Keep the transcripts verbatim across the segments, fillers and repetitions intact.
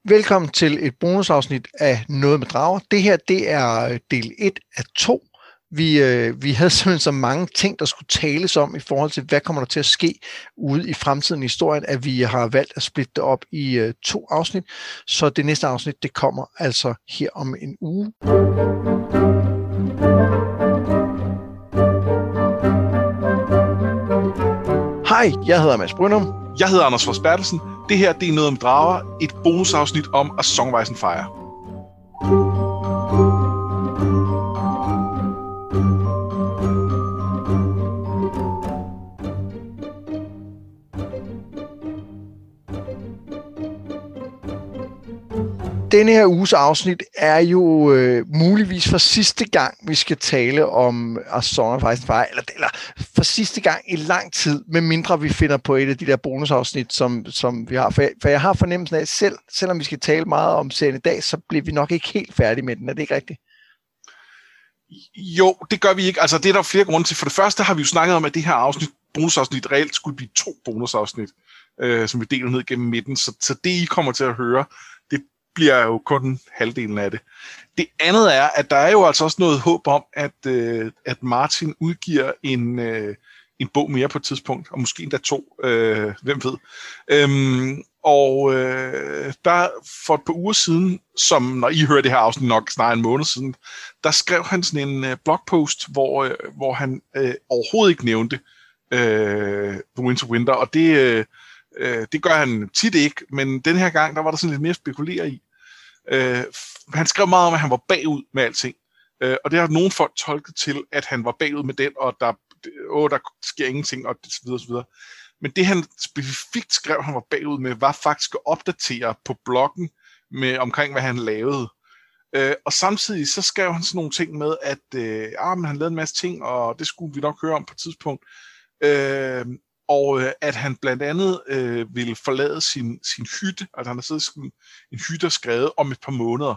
Velkommen til et bonusafsnit af Noget med Drager. Det her, det er del et af to. Vi, øh, vi havde simpelthen så mange ting, der skulle tales om i forhold til, hvad kommer der til at ske ude i fremtiden i historien, at vi har valgt at splitte det op i øh, to afsnit. Så det næste afsnit, det kommer altså her om en uge. Hej, jeg hedder Mads Brynum. Jeg hedder Anders Fors Bertelsen. Det her, det er Noget om Drager, et bonusafsnit om A Song of Ice and Fire. Denne her uges afsnit er jo øh, muligvis for sidste gang, vi skal tale om A Song of Ice and Fire, eller, eller for sidste gang i lang tid, medmindre vi finder på et af de der bonusafsnit, som, som vi har. For jeg, for jeg har fornemmelsen af, at selv, selvom vi skal tale meget om serien i dag, så bliver vi nok ikke helt færdige med den. Er det ikke rigtigt? Jo, det gør vi ikke. Altså, det er der flere grunde til. For det første har vi jo snakket om, at det her afsnit, bonusafsnit reelt skulle blive to bonusafsnit, øh, som vi deler ned gennem midten. Så, så det, I kommer til at høre, det bliver jo kun halvdelen af det. Det andet er, at der er jo altså også noget håb om, at, øh, at Martin udgiver en, øh, en bog mere på et tidspunkt, og måske endda to, øh, hvem ved. Øhm, og øh, der for et par uger siden, som når I hører det her afsnit nok snart en måned siden, der skrev han sådan en øh, blogpost, hvor, øh, hvor han øh, overhovedet ikke nævnte øh, The Winds of Winter, og det, øh, øh, det gør han tit ikke, men den her gang, der var der sådan lidt mere at spekulere i. Uh, han skrev meget om, at han var bagud med alting. Uh, og det har nogle folk tolket til, at han var bagud med den, og der, åh, der sker ingenting, og så videre, så videre. Men det han specifikt skrev, han var bagud med, var faktisk at opdatere på bloggen med, omkring, hvad han lavede. Uh, og samtidig så skrev han sådan nogle ting med, at uh, ah, men han lavede en masse ting, og det skulle vi nok høre om på et tidspunkt. Uh, Og øh, at han blandt andet øh, ville forlade sin, sin hytte, altså han har siddet i en hytte og skrevet om et par måneder.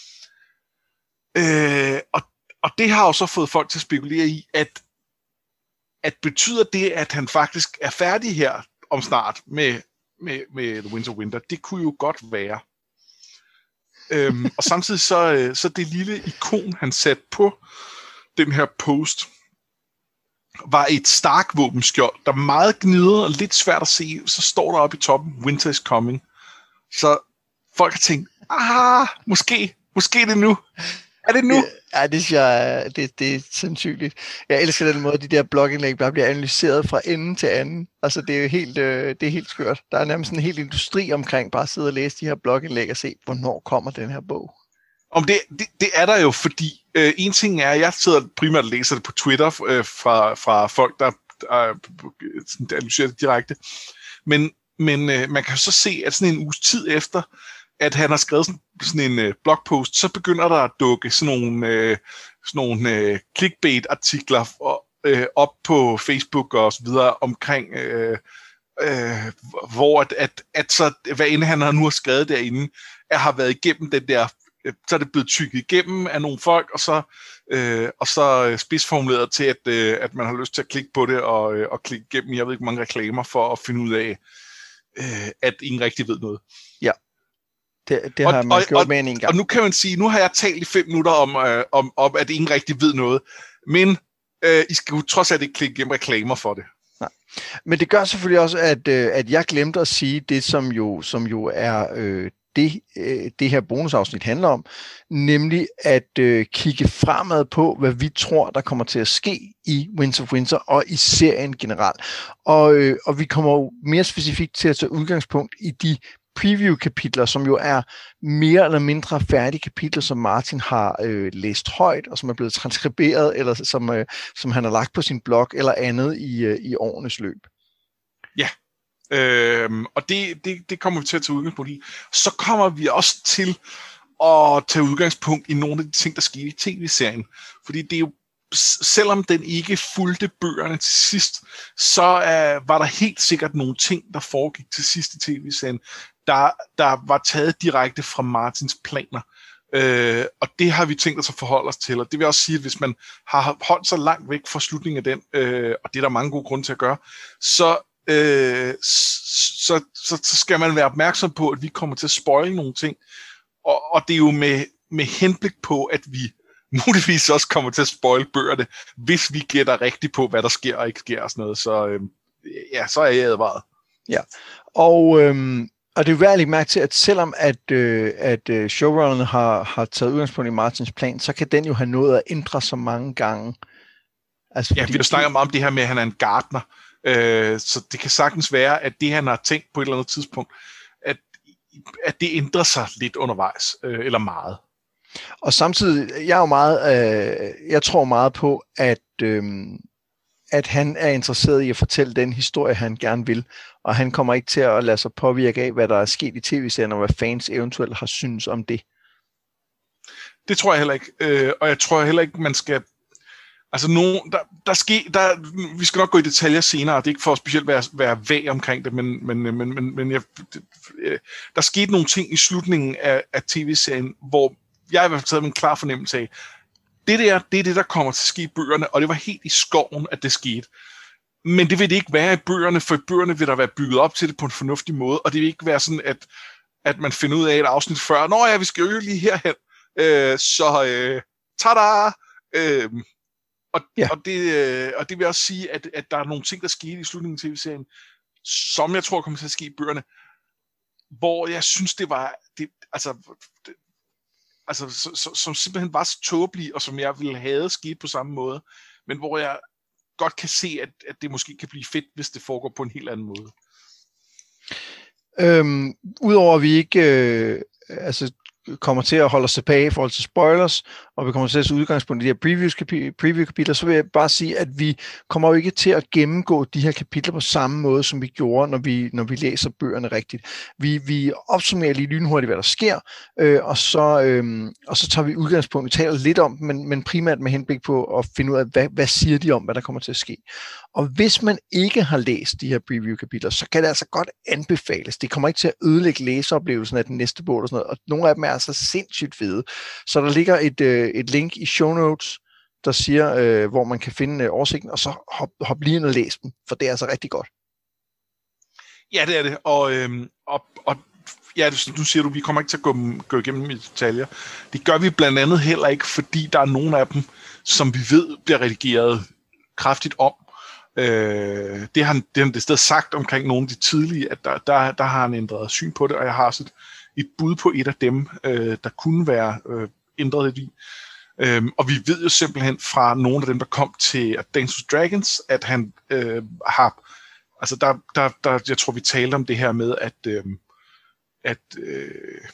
Øh, og, og det har jo så fået folk til at spekulere i, at, at betyder det, at han faktisk er færdig her om snart med, med, med The Winds of Winter? Det kunne jo godt være. øhm, og samtidig så, så det lille ikon, han satte på den her post, var et Stark-våbenskjold, der er meget gnidet og lidt svært at se. Så står der oppe i toppen, Winter is coming. Så folk har tænkt, ah, måske, måske er det nu. Er det nu? Ja, det, jeg, det, det er sandsynligt. Jeg elsker den måde, de der blogindlæg bare bliver analyseret fra ende til anden. Altså, det er jo helt, øh, det er helt skørt. Der er nærmest en hel industri omkring bare at sidde og læse de her blogindlæg og se, hvornår kommer den her bog. Om det, det, det er der jo, fordi øh, en ting er, at jeg sidder primært og læser det på Twitter øh, fra, fra folk, der, der, der analyserer det direkte. Men, men øh, man kan så se, at sådan en uges tid efter, at han har skrevet sådan, sådan en øh, blogpost, så begynder der at dukke sådan nogle, øh, sådan nogle øh, clickbait-artikler øh, op på Facebook og så videre omkring, øh, øh, hvor at, at, at så, hvad end han har nu har skrevet derinde, at har været igennem den der, så er det blevet tykket igennem af nogle folk, og så, øh, og så spidsformuleret til, at, øh, at man har lyst til at klikke på det, og, øh, og klikke igennem, jeg ved ikke, mange reklamer for at finde ud af, øh, at ingen rigtig ved noget. Ja, det, det har og, man og, gjort og, med en gang. Og nu kan man sige, nu har jeg talt i fem minutter om, øh, om, om at ingen rigtig ved noget, men øh, I skal jo trods alt ikke klikke igennem reklamer for det. Nej. Men det gør selvfølgelig også, at, øh, at jeg glemte at sige det, som jo, som jo er øh, det, øh, det her bonusafsnit handler om, nemlig at øh, kigge fremad på, hvad vi tror, der kommer til at ske i Winds of Winter og i serien generelt. Og, øh, og vi kommer jo mere specifikt til at tage udgangspunkt i de preview-kapitler, som jo er mere eller mindre færdige kapitler, som Martin har øh, læst højt, og som er blevet transkriberet, eller som, øh, som han har lagt på sin blog, eller andet i, øh, i årenes løb. Ja, øhm, og det, det, det kommer vi til at tage udgangspunkt i. Så kommer vi også til at tage udgangspunkt i nogle af de ting, der skete i tv-serien. Fordi det er jo, selvom den ikke fulgte bøgerne til sidst, så øh, var der helt sikkert nogle ting, der foregik til sidst i tv-serien, der, der var taget direkte fra Martins planer. Øh, og det har vi tænkt os at forholde os til, og det vil også sige, at hvis man har holdt sig langt væk fra slutningen af den, øh, og det er der mange gode grunde til at gøre, så øh, så, så, så skal man være opmærksom på, at vi kommer til at spoile nogle ting. Og, og det er jo med, med henblik på, at vi muligvis også kommer til at spoile bøgerne, hvis vi gætter rigtigt på, hvad der sker og ikke sker og sådan noget. Så øh, ja, så er jeg advaret. Ja, og, øhm, og det er jo værd at lægge mærke til, at selvom at, øh, at øh, showrunnerne har, har taget udgangspunkt i Martins plan, så kan den jo have nået at ændre så mange gange. Altså, ja, vi har snakket meget om det her med, at han er en gartner. Øh, så det kan sagtens være, at det, han har tænkt på et eller andet tidspunkt, at, at det ændrer sig lidt undervejs, øh, eller meget. Og samtidig, jeg er jo meget, øh, jeg tror meget på, at, øh, at han er interesseret i at fortælle den historie, han gerne vil, og han kommer ikke til at lade sig påvirke af, hvad der er sket i tv-serien, og hvad fans eventuelt har synes om det. Det tror jeg heller ikke, øh, og jeg tror heller ikke, man skal. Altså, nogen, der, der ske, der, vi skal nok gå i detaljer senere, og det er ikke for at specielt være, være vag omkring det, men, men, men, men, men jeg, der skete nogle ting i slutningen af, af tv-serien, hvor jeg i hvert fald taget en klar fornemmelse af, det der, det er det, der kommer til at ske i bøgerne, og det var helt i skoven, at det skete. Men det vil det ikke være i bøgerne, for i bøgerne vil der være bygget op til det på en fornuftig måde, og det vil ikke være sådan, at, at man finder ud af et afsnit før, nå ja, vi skal jo lige herhen, øh, så øh, tada! Øh, og, ja. og, det, øh, og det vil også sige, at, at der er nogle ting, der skete i slutningen af tv-serien, som jeg tror kommer til at ske i bøgerne, hvor jeg synes, det var, det, altså, det, altså som, som simpelthen var så tåbelige, og som jeg ville have sket på samme måde, men hvor jeg godt kan se, at, at det måske kan blive fedt, hvis det foregår på en helt anden måde. Øhm, Udover at vi ikke øh, altså kommer til at holde os tilbage i forhold til spoilers, og vi kommer til at se udgangspunkt i de her preview-kapitler, så vil jeg bare sige, at vi kommer jo ikke til at gennemgå de her kapitler på samme måde, som vi gjorde, når vi, når vi læser bøgerne rigtigt. Vi, vi opsummerer lige lynhurtigt, hvad der sker, øh, og, så, øh, og så tager vi udgangspunkt, vi taler lidt om men, men primært med henblik på at finde ud af, hvad, hvad siger de om, hvad der kommer til at ske. Og hvis man ikke har læst de her preview-kapitler, så kan det altså godt anbefales. Det kommer ikke til at ødelægge læseoplevelsen af den næste bog og sådan noget, og nogle af dem er altså sindssygt fede. Så der ligger et, øh, et link i show notes, der siger, øh, hvor man kan finde øh, oversigten, og så hop, hop lige ind og læs dem, for det er altså rigtig godt. Ja, det er det, og, øhm, og, og ja, nu siger du, vi kommer ikke til at gå, gå igennem i detaljer. Det gør vi blandt andet heller ikke, fordi der er nogle af dem, som vi ved bliver redigeret kraftigt om. Øh, det har han det, det sted sagt omkring nogle af de tidlige, at der, der, der har han ændret syn på det, og jeg har også et, et bud på et af dem, øh, der kunne være øh, ændret lidt i. Øh, og vi ved jo simpelthen fra nogle af dem, der kom til Dance with Dragons, at han øh, har, altså der, der, der, jeg tror vi talte om det her med, at, øh, at øh,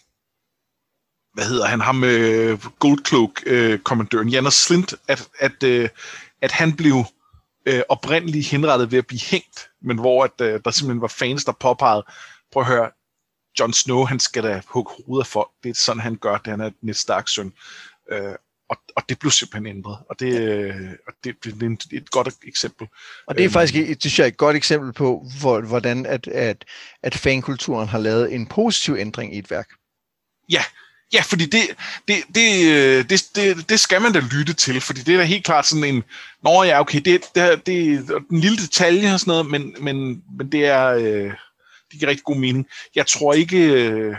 hvad hedder han, ham øh, Goldcloak-kommandøren, øh, Janus Slint, at, at, øh, at han blev Øh, oprindeligt henrettet ved at blive hængt, men hvor at, øh, der simpelthen var fans, der påpegede, prøv at høre, Jon Snow, han skal da hugge hovedet af folk. Det er sådan, han gør det. Han er Ned Starks søn. Øh, og, og det blev simpelthen ændret. Og det, øh, og det, det er et, et godt eksempel. Og det er faktisk et, det er et godt eksempel på, hvor, hvordan at, at, at fankulturen har lavet en positiv ændring i et værk. Ja, Ja, fordi det, det, det, det, det, det skal man da lytte til, fordi det er da helt klart sådan en, nå ja, okay, det, det, det er en lille detalje og sådan noget, men, men, men det er, øh, det giver rigtig god mening. Jeg tror ikke, øh,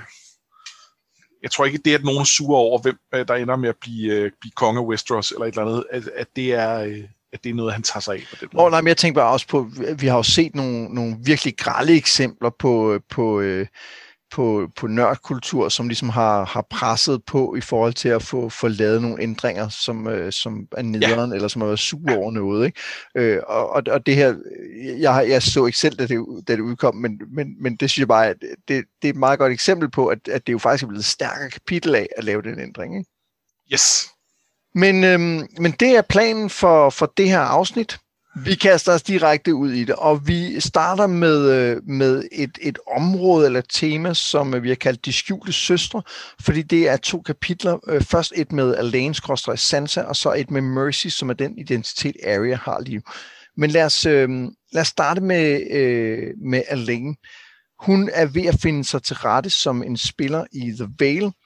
jeg tror ikke, det er, at nogen er sure over, hvem der ender med at blive, øh, blive konge af Westeros eller et eller andet, at, at det er... Øh, at det er noget, han tager sig af på den måde. Oh, nej, men jeg tænker bare også på, vi har jo set nogle, nogle virkelig grelle eksempler på, på, øh, på, på nørdkultur, som ligesom har, har presset på i forhold til at få, få lavet nogle ændringer, som, øh, som er nederen, ja. Eller som har været sure over noget. Ikke? Øh, og, og det her, jeg, jeg så ikke selv, da det, da det udkom, men, men, men det synes jeg bare, at det, det er et meget godt eksempel på, at, at det jo faktisk er blevet et stærkere kapitel af at lave den ændring. Ikke? Yes. Men, øhm, men det er planen for, for det her afsnit. Vi kaster os direkte ud i det, og vi starter med, øh, med et, et område eller et tema, som vi har kaldt De skjulte søstre, fordi det er to kapitler. Øh, først et med Alayne/Sansa, og så et med Mercy, som er den identitet, Arya har lige. Men lad os, øh, lad os starte med, øh, med Alayne. Hun er ved at finde sig til rette som en spiller i The Vale.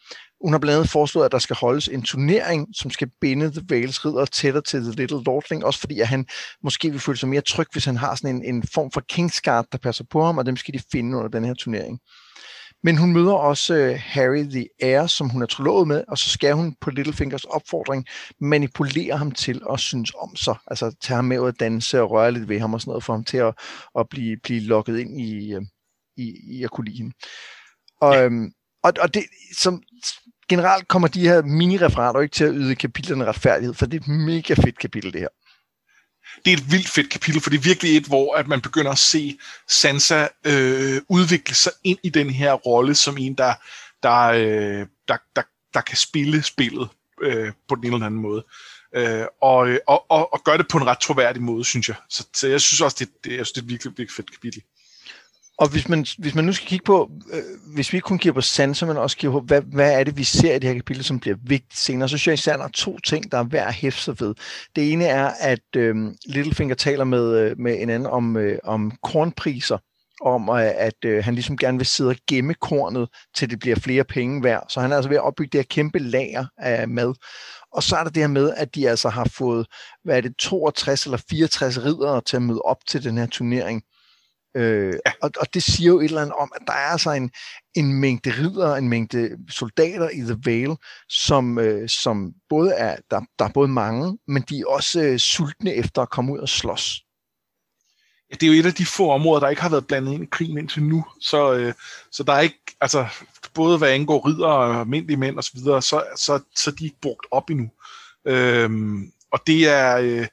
hun har blandt andet foreslået, at der skal holdes en turnering, som skal binde The Vales ridder tættere til The Little Lordling, også fordi at han måske vil føle sig mere tryg, hvis han har sådan en, en form for Kingsguard, der passer på ham, og dem skal de finde under den her turnering. Men hun møder også uh, Harry the Heir, som hun er trolovet med, og så skal hun på Littlefingers opfordring manipulere ham til at synes om sig. Altså tage ham med ud at danse og røre lidt ved ham og sådan noget, for ham til at, at blive, blive lukket ind i, i, i at kunne lide hende. Og, ja. øhm, og, og det, som generelt kommer de her mini-referater ikke til at yde kapitlerne retfærdighed, for det er et mega fedt kapitel, det her. Det er et vildt fedt kapitel, for det er virkelig et, hvor at man begynder at se Sansa øh, udvikle sig ind i den her rolle, som en, der, der, øh, der, der, der kan spille spillet øh, på den ene eller anden måde. Øh, og, og, og, og gøre det på en ret troværdig måde, synes jeg. Så, så jeg synes også, det, det, jeg synes, det er et virkelig, virkelig fedt kapitel. Og hvis man, hvis man nu skal kigge på, øh, hvis vi ikke kun kigger på Sansa, men også kigger på, hvad, hvad er det, vi ser i det her kapitel, som bliver vigtigt senere, så synes jeg især, der er to ting, der er værd at hæfte sig ved. Det ene er, at øh, Littlefinger taler med, med en anden om, øh, om kornpriser, om øh, at øh, han ligesom gerne vil sidde og gemme kornet, til det bliver flere penge værd. Så han er altså ved at opbygge det her kæmpe lager af mad. Og så er der det her med, at de altså har fået, hvad er det, toogtres eller fireogtres riddere til at møde op til den her turnering. Øh, ja. og, og det siger jo et eller andet om, at der er altså en, en mængde riddere, en mængde soldater i The Vale, som, øh, som både er, der, der er både mange, men de er også øh, sultne efter at komme ud og slås. Ja, det er jo et af de få områder, der ikke har været blandet ind i krigen indtil nu, så, øh, så der er ikke, altså både hvad angår riddere og almindelige mænd og så videre, så, så, så de er ikke brugt op endnu. Øhm, og det er... Øh,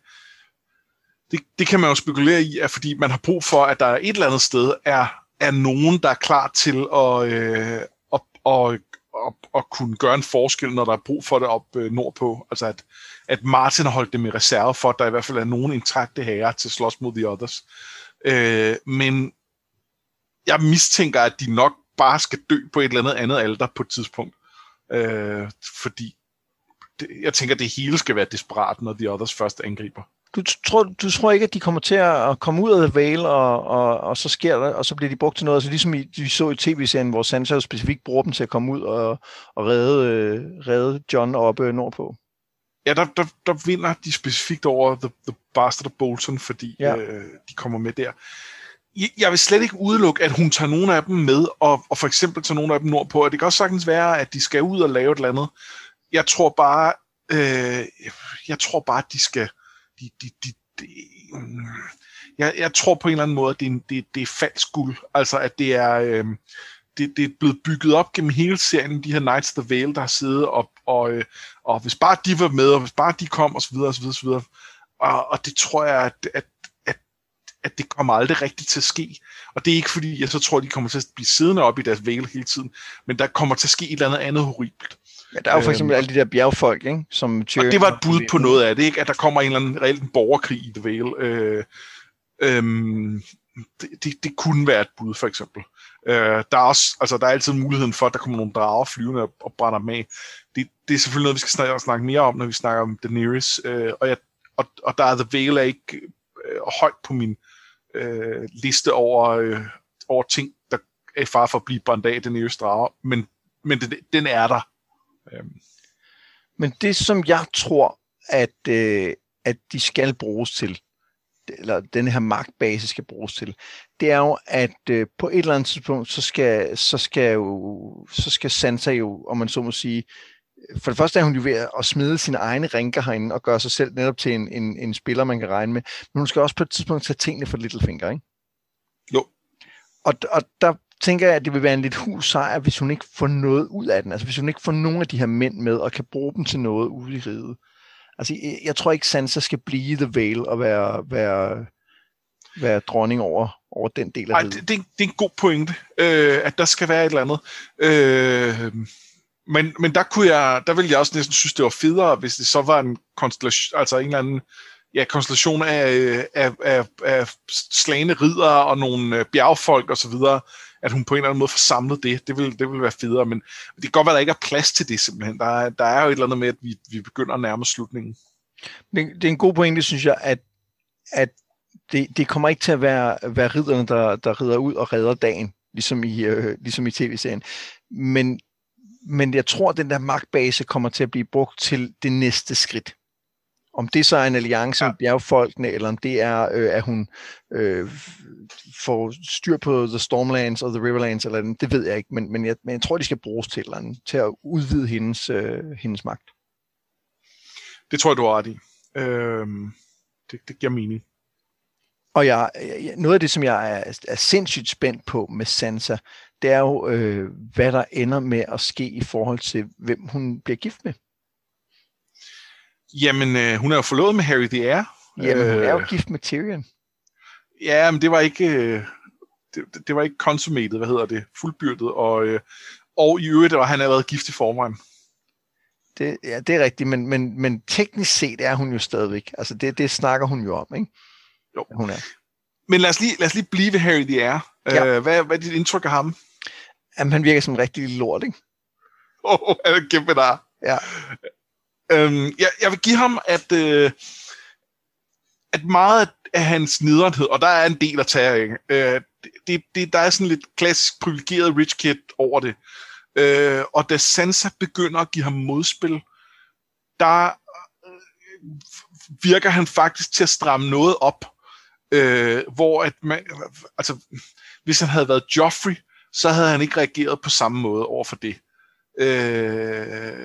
Det, det kan man jo spekulere i, at fordi man har brug for, at der et eller andet sted er, er nogen, der er klar til at, øh, at, at, at, at kunne gøre en forskel, når der er brug for det op øh, nordpå. Altså at, at Martin har holdt dem i reserve for, at der i hvert fald er nogen intrakte herrer til at slås mod The Others. Øh, men jeg mistænker, at de nok bare skal dø på et eller andet andet alder på et tidspunkt. Øh, fordi det, jeg tænker, at det hele skal være desperat, når The Others først angriber. Du tror, du tror ikke, at de kommer til at komme ud af The Vale, og, og, og så sker der, og så bliver de brugt til noget, altså ligesom i, vi så i tv-serien, hvor Sansa specifikt bruger dem til at komme ud og, og redde, øh, redde Jon oppe nordpå. Ja, der, der, der vinder de specifikt over The, the Bastard of Bolton, fordi ja. øh, de kommer med der. Jeg vil slet ikke udelukke, at hun tager nogle af dem med, og, og for eksempel tager nogle af dem nordpå, og det kan også sagtens være, at de skal ud og lave et eller andet. Jeg tror bare, øh, jeg tror bare, at de skal De, de, de, de, jeg, jeg tror på en eller anden måde, at det, det, det er falsk guld. Altså, at det er, øh, det, det er blevet bygget op gennem hele serien, de her Knights of the Vale, der har siddet, og, og, øh, og hvis bare de var med, og hvis bare de kom, og så videre, og så videre, og så videre. Og, og det tror jeg, at, at, at, at det kommer aldrig rigtigt til at ske. Og det er ikke fordi, jeg så tror, at de kommer til at blive siddende op i deres Vale hele tiden, men der kommer til at ske et eller andet andet horribelt. Ja, der er jo for eksempel øhm, alle de der bjergfolk, ikke? Som Tyrion, og det var et bud på noget af det, ikke? At der kommer en eller anden reelt en borgerkrig i The Vale. Øh, øh, det, det, det kunne være et bud, for eksempel. Øh, der er også, altså der er altid muligheden for, at der kommer nogle drager flyvende og, og brænder dem af. Det, det er selvfølgelig noget, vi skal snakke, snakke mere om, når vi snakker om Daenerys. Øh, og, jeg, og, og der er The Vale er ikke øh, højt på min øh, liste over, øh, over ting, der er i fare for at blive brændt af Daenerys drager, men, men den, den er der. Men det, som jeg tror, at, øh, at de skal bruges til, eller den her magtbase skal bruges til, det er jo, at øh, på et eller andet tidspunkt, så skal, så skal, jo, så skal Sansa jo, om man så må sige, for det første er hun jo ved at smide sine egne rænker herinde, og gøre sig selv netop til en, en, en spiller, man kan regne med, men hun skal også på et tidspunkt tage tingene for Littlefinger, ikke? Jo. Og, og der tænker jeg, at det vil være en lidt hul sejr, hvis hun ikke får noget ud af den. Altså hvis hun ikke får nogen af de her mænd med, og kan bruge dem til noget ude i riget. Altså jeg, jeg tror ikke, Sansa skal blive The Vale og være, være, være dronning over, over den del af riget. Nej, det, det, det er en god pointe, øh, at der skal være et eller andet. Øh, men, men der kunne jeg, der ville jeg også næsten synes, det var federe, hvis det så var en konstellation, altså en eller anden ja, konstellation af, af, af, af slagne riddere og nogle bjergfolk og så videre, at hun på en eller anden måde får samlet det. Det vil, det vil være federe, men det kan godt være, at der ikke er plads til det simpelthen. Der er, der er jo et eller andet med, at vi, vi begynder at nærme slutningen. Det, det er en god pointe, synes jeg, at, at det, det kommer ikke til at være, være ridderne, der, der rider ud og redder dagen, ligesom i, øh, ligesom i tv-serien. Men men jeg tror, at den der magtbase kommer til at blive brugt til det næste skridt. Om det så er en alliance med ja. bjergfolkene, eller om det er, øh, at hun øh, får styr på The Stormlands og The Riverlands, eller den, det ved jeg ikke, men, men, jeg, men jeg tror, de skal bruges til, eller andet, til at udvide hendes, øh, hendes magt. Det tror jeg, du har ret i. Øhm, det, det giver mening. Og jeg, noget af det, som jeg er, er sindssygt spændt på med Sansa, det er jo, øh, hvad der ender med at ske i forhold til, hvem hun bliver gift med. Jamen, øh, hun er jo forlovet med Harry the Heir. Jamen, hun er jo gift med Tyrion. Ja, men det var ikke, øh, det, det var ikke consummated, hvad hedder det, fuldbyrdet, og, øh, og i øvrigt var han allerede gift i forvejen. Det, ja, det er rigtigt, men, men, men teknisk set er hun jo stadigvæk. Altså, det, det snakker hun jo om, ikke? Jo. Hun er. Men lad os lige, lad os lige blive ved Harry the Heir. Ja. Uh, hvad, hvad er dit indtryk af ham? Jamen, han virker som en rigtig lille lort, ikke? Åh, oh, han er kæmpe der. Ja. Um, jeg, jeg vil give ham, at, uh, at meget af hans nederenhed, og der er en del at tage, ikke? Uh, det, det, der er sådan lidt klassisk privilegeret rich kid over det. Uh, og da Sansa begynder at give ham modspil, der uh, virker han faktisk til at stramme noget op. Uh, hvor at man, altså, hvis han havde været Joffrey, så havde han ikke reageret på samme måde over for det. Uh,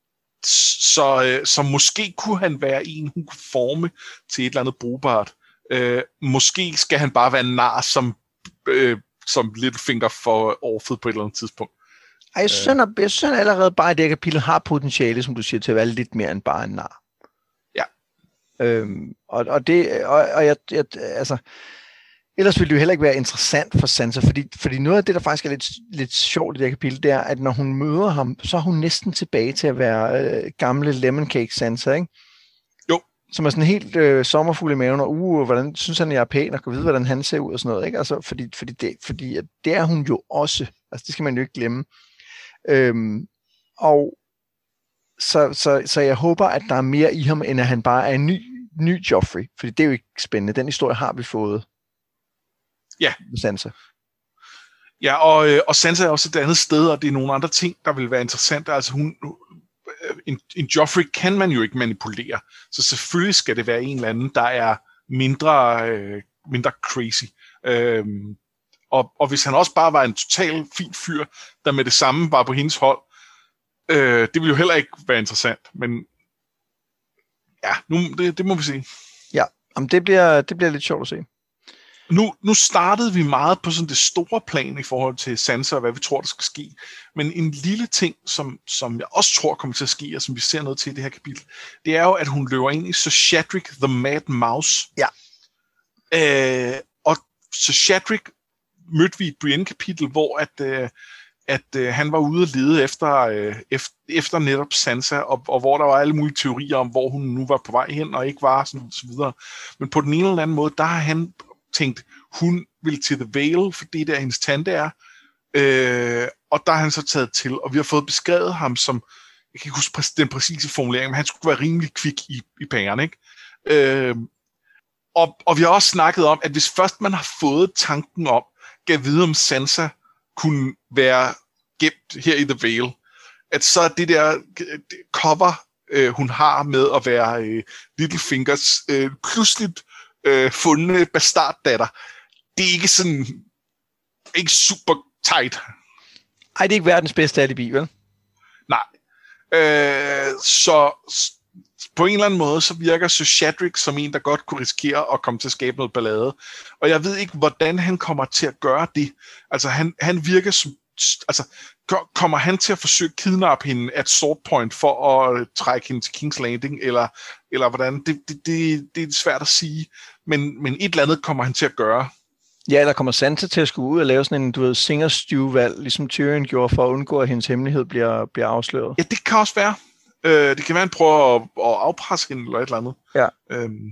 så, så måske kunne han være en, hun kunne forme til et eller andet brugbart. Uh, måske skal han bare være en nar, som, uh, som Littlefinger får overfødt på et eller andet tidspunkt. Ej, jeg synes, uh, jeg synes allerede bare, at det her kapitel har potentiale, som du siger, til at være lidt mere end bare en nar. Ja. Øhm, og, og det, og, og jeg, jeg, altså, ellers ville det jo heller ikke være interessant for Sansa, fordi, fordi noget af det, der faktisk er lidt, lidt sjovt i det her kapitel, det er, at når hun møder ham, så er hun næsten tilbage til at være øh, gamle lemon cake Sansa, ikke? Jo. Som er sådan helt øh, sommerfugl i maven, og uh, hvordan synes han, jeg er pæn, og kan vide, hvordan han ser ud og sådan noget, ikke? Altså, fordi, fordi, det, fordi at det er hun jo også. Altså, det skal man jo ikke glemme. Øhm, og så, så, så jeg håber, at der er mere i ham, end at han bare er en ny, ny Joffrey. Fordi det er jo ikke spændende. Den historie har vi fået. Ja. Sansa. Ja, og, og Sansa er også et andet sted, og det er nogle andre ting, der vil være interessante. Altså hun, en, en Joffrey kan man jo ikke manipulere, så selvfølgelig skal det være en eller anden, der er mindre, øh, mindre crazy. Øhm, og, og hvis han også bare var en total fin fyr, der med det samme var på hendes hold, øh, det ville jo heller ikke være interessant. Men ja, nu, det, det må vi se. Ja, om det bliver, det bliver lidt sjovt at se. Nu, nu startede vi meget på sådan det store plan i forhold til Sansa og hvad vi tror, der skal ske. Men en lille ting, som, som jeg også tror kommer til at ske, og som vi ser noget til i det her kapitel, det er jo, at hun løber ind i Sir Shadrick the Mad Mouse. Ja. Øh, og Sir Shadrick mødte vi i et Brienne-kapitel, hvor at, øh, at øh, han var ude og lede efter, øh, efter, efter netop Sansa, og, og hvor der var alle mulige teorier om, hvor hun nu var på vej hen, og ikke var, sådan, så videre. Men på den ene eller anden måde, der har han tænkt, hun vil til The Vale, fordi det er hendes tante er, øh, og der har han så taget til, og vi har fået beskrevet ham som, jeg kan ikke huske den præcise formulering, men han skulle være rimelig kvik i, i pengerne, ikke? Øh, og, og vi har også snakket om, at hvis først man har fået tanken om, gav vide om Sansa kunne være gemt her i The Vale, at så er det der det cover, øh, hun har med at være øh, Littlefingers øh, pludseligt øh, fundne bastarddatter, det er ikke sådan, ikke super tight. Ej, det er ikke verdens bedste alibi, vel? Nej. Øh, så på en eller anden måde, så virker Sir Shadrick som en, der godt kunne risikere at komme til at skabe noget ballade. Og jeg ved ikke, hvordan han kommer til at gøre det. Altså, han, han virker som... Altså, kommer han til at forsøge at kidnappe hende at Sword Point for at trække hende til King's Landing, eller, eller hvordan? Det, det, det, det er svært at sige. Men, men et eller andet kommer han til at gøre. Ja, eller kommer Sansa til at skulle ud og lave sådan en, du ved, singer-stew-valg, ligesom Tyrion gjorde, for at undgå, at hendes hemmelighed bliver, bliver afsløret. Ja, det kan også være. Øh, det kan være, at han prøver at, at afpresse hende, eller et eller andet. Ja. Øhm.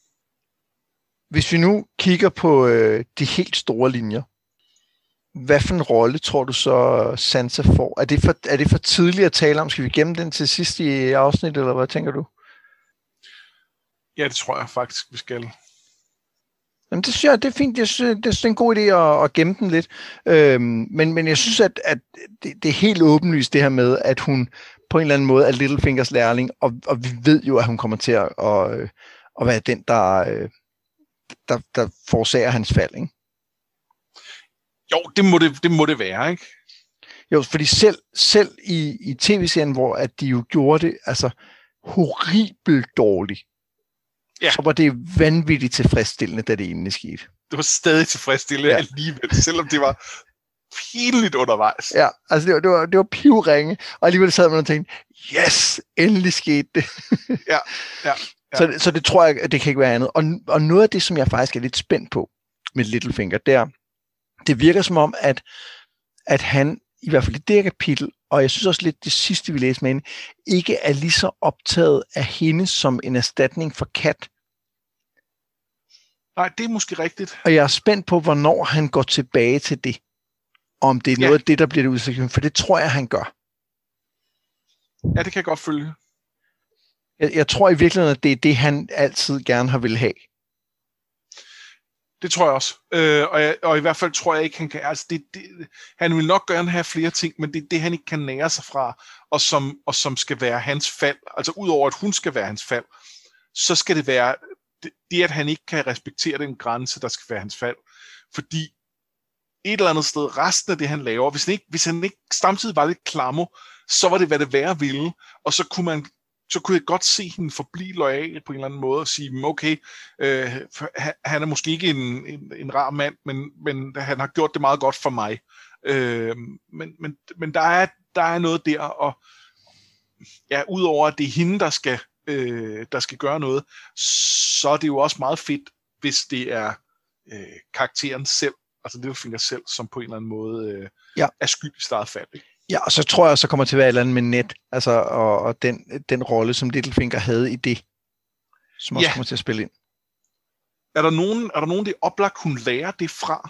Hvis vi nu kigger på øh, de helt store linjer, hvad for en rolle tror du så Sansa får? Er det for, er det for tidligt at tale om? Skal vi gemme den til sidst i afsnit, eller hvad tænker du? Ja, det tror jeg faktisk, vi skal. Jamen, det synes jeg, det er fint. Jeg synes, det er en god idé at, at gemme den lidt. Øhm, men, men jeg synes, at, at det, det er helt åbenlyst det her med, at hun på en eller anden måde er Littlefingers lærling, og, og vi ved jo, at hun kommer til at, at, at være den, der, der, der forårsager hans fald, ikke? Jo, det må det, det må det være, ikke? Jo, fordi selv, selv i, i tv-serien, hvor at de jo gjorde det altså horribelt dårligt, ja. Så var det vanvittigt tilfredsstillende, da det egentlig skete. Det var stadig tilfredsstillende ja. Alligevel, selvom det var pinligt undervejs. Ja, altså det var, det var, det var pivringe, og alligevel sad man og tænkte, yes, endelig skete det. ja, ja, ja. Så, så det tror jeg, at det kan ikke være andet. Og, og noget af det, som jeg faktisk er lidt spændt på med Littlefinger, det er, det virker som om, at, at han, i hvert fald i det kapitel, og jeg synes også lidt det sidste, vi læste med hende, ikke er lige så optaget af hende som en erstatning for Kat. Nej, det er måske rigtigt. Og jeg er spændt på, hvornår han går tilbage til det. Om det er noget ja. af det, der bliver det udsigtet, for det tror jeg, han gør. Ja, det kan jeg godt følge. Jeg, jeg tror i virkeligheden, at det er det, han altid gerne har vil have. Det tror jeg også. Øh, og, jeg, og i hvert fald tror jeg ikke, han kan... Altså det, det, han vil nok gerne have flere ting, men det er det, han ikke kan nære sig fra, og som, og som skal være hans fald. Altså udover, at hun skal være hans fald, så skal det være det, det, at han ikke kan respektere den grænse, der skal være hans fald. Fordi et eller andet sted, resten af det, han laver, hvis han ikke, hvis han ikke samtidig var lidt klammer, så var det, hvad det værre ville, og så kunne man så kunne jeg godt se hende forblive loyal på en eller anden måde og sige, okay, øh, han er måske ikke en, en, en rar mand, men, men han har gjort det meget godt for mig. Øh, men men, men der, er, der er noget der, og ja, udover at det er hende, der skal, øh, der skal gøre noget, så er det jo også meget fedt, hvis det er øh, karakteren selv, altså Littlefinger selv, som på en eller anden måde øh, ja. er skyld i startet fald, ikke? Ja, og så tror jeg, så kommer til at være et eller andet med net, altså, og, og den, den rolle, som Littlefinger havde i det, som også ja. kommer til at spille ind. Er der nogen, er der nogen, det er oplagt, hun lærer det fra?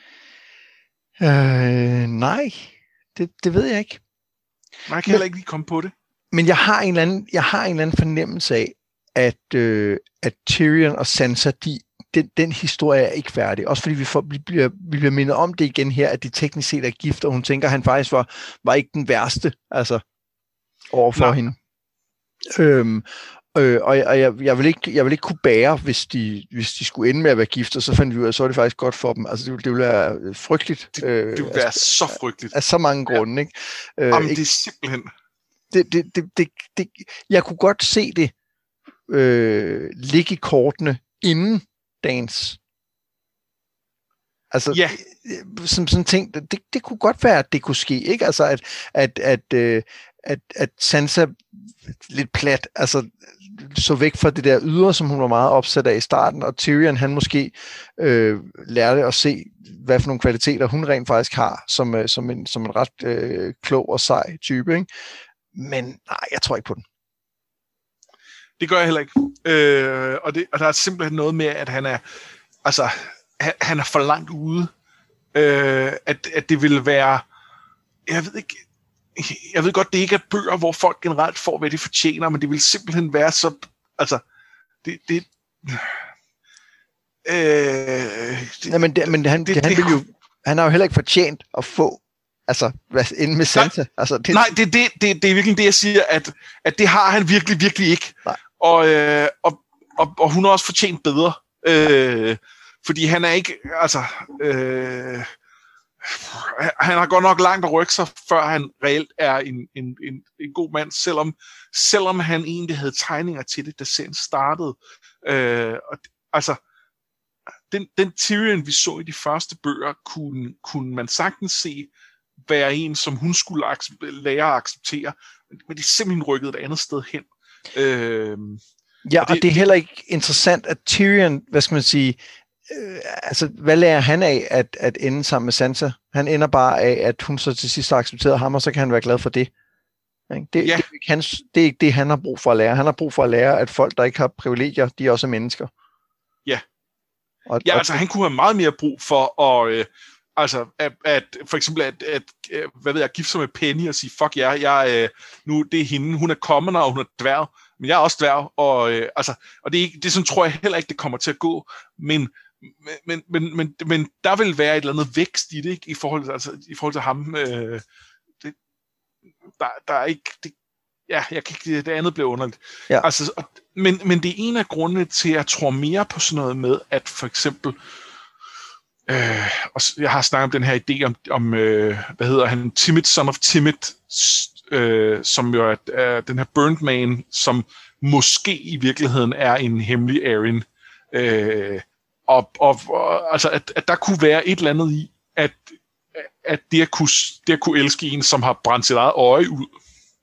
Øh, nej, det, det ved jeg ikke. Nej, jeg kan heller ikke lige komme på det. Men jeg har en eller anden, jeg har en eller anden fornemmelse af, at, øh, at Tyrion og Sansa, de, den, den historie er ikke færdig. Også fordi vi, får, vi, bliver, vi bliver mindet om det igen her, at de teknisk set er gift, og hun tænker, at han faktisk var, var ikke den værste, altså, overfor Nej. hende. Øhm, øh, og og jeg, jeg, vil ikke, jeg vil ikke kunne bære, hvis de, hvis de skulle ende med at være gift, og så fandt vi ud af, at så er det faktisk godt for dem. Altså, det, det ville være frygteligt. Det, det ville være altså, så frygteligt. Af så mange grunde, ja. ikke? Øh, Jamen, ikke? det er simpelthen... Det, det, det, det, det, jeg kunne godt se det øh, ligge i kortene inden dagens. Altså, ja. som sådan ting, det, det kunne godt være, at det kunne ske, ikke? Altså, at, at, at, øh, at, at Sansa lidt plat, altså så væk fra det der ydre, som hun var meget opsat af i starten, og Tyrion, han måske øh, lærte at se, hvad for nogle kvaliteter hun rent faktisk har, som, øh, som, en, som en ret øh, klog og sej type, ikke? Men nej, jeg tror ikke på den. Det gør jeg heller ikke. Øh, og, det, og der er simpelthen noget med, at han er, altså, han, han er for langt ude. Øh, at, at det vil være, jeg ved ikke, jeg ved godt, det ikke er bøger, hvor folk generelt får, hvad de fortjener, men det vil simpelthen være så, altså, det, det, øh, det Nej, men, det, men han, det, han, det, vil jo, han har jo heller ikke fortjent at få, altså, hvad, inden med Sansa. Nej, altså, det, nej det, det, det, det er virkelig det, jeg siger, at, at det har han virkelig, virkelig ikke. Og, øh, og, og, og hun har også fortjent bedre. Øh, fordi han er ikke, altså, øh, han har godt nok langt at rykke sig, før han reelt er en, en, en, en god mand, selvom, selvom han egentlig havde tegninger til det, da serien startede. Øh, og, altså, den, den Tyrion, vi så i de første bøger, kunne, kunne man sagtens se være en, som hun skulle lære at acceptere, men de er simpelthen rykket et andet sted hen. Øh, ja, og det, og det er heller ikke interessant, at Tyrion, hvad skal man sige, øh, altså, hvad lærer han af at, at ende sammen med Sansa? Han ender bare af, at hun så til sidst har accepteret ham, og så kan han være glad for det. Det, ja. det, er ikke hans, det er ikke det, han har brug for at lære. Han har brug for at lære, at folk, der ikke har privilegier, de er også mennesker. Ja, og, ja og altså han kunne have meget mere brug for at... Øh, Altså, at, at for eksempel, at, at, hvad ved jeg, gifte sig med Penny og sige, fuck ja, jeg, nu, det er hende, hun er commoner, og hun er dværg, men jeg er også dværg, og, øh, altså, og det, er ikke, det sådan tror jeg heller ikke, det kommer til at gå, men, men, men, men, men der vil være et eller andet vækst i det, ikke? I forhold til, altså, i forhold til ham. Øh, det, der, der er ikke... Det, ja, jeg kan ikke, det andet blev underligt. Ja. Altså, men, men det er en af grundene til, at jeg tror mere på sådan noget med, at for eksempel... Øh, og jeg har snakket om den her idé om, om øh, hvad hedder han, Timid Son of Timid, øh, som jo er, er den her Burnt Man, som måske i virkeligheden er en hemmelig Arryn. Øh, og, og, og altså, at, at der kunne være et eller andet i, at, at det, at kunne, det at kunne elske en, som har brændt sit eget øje ud,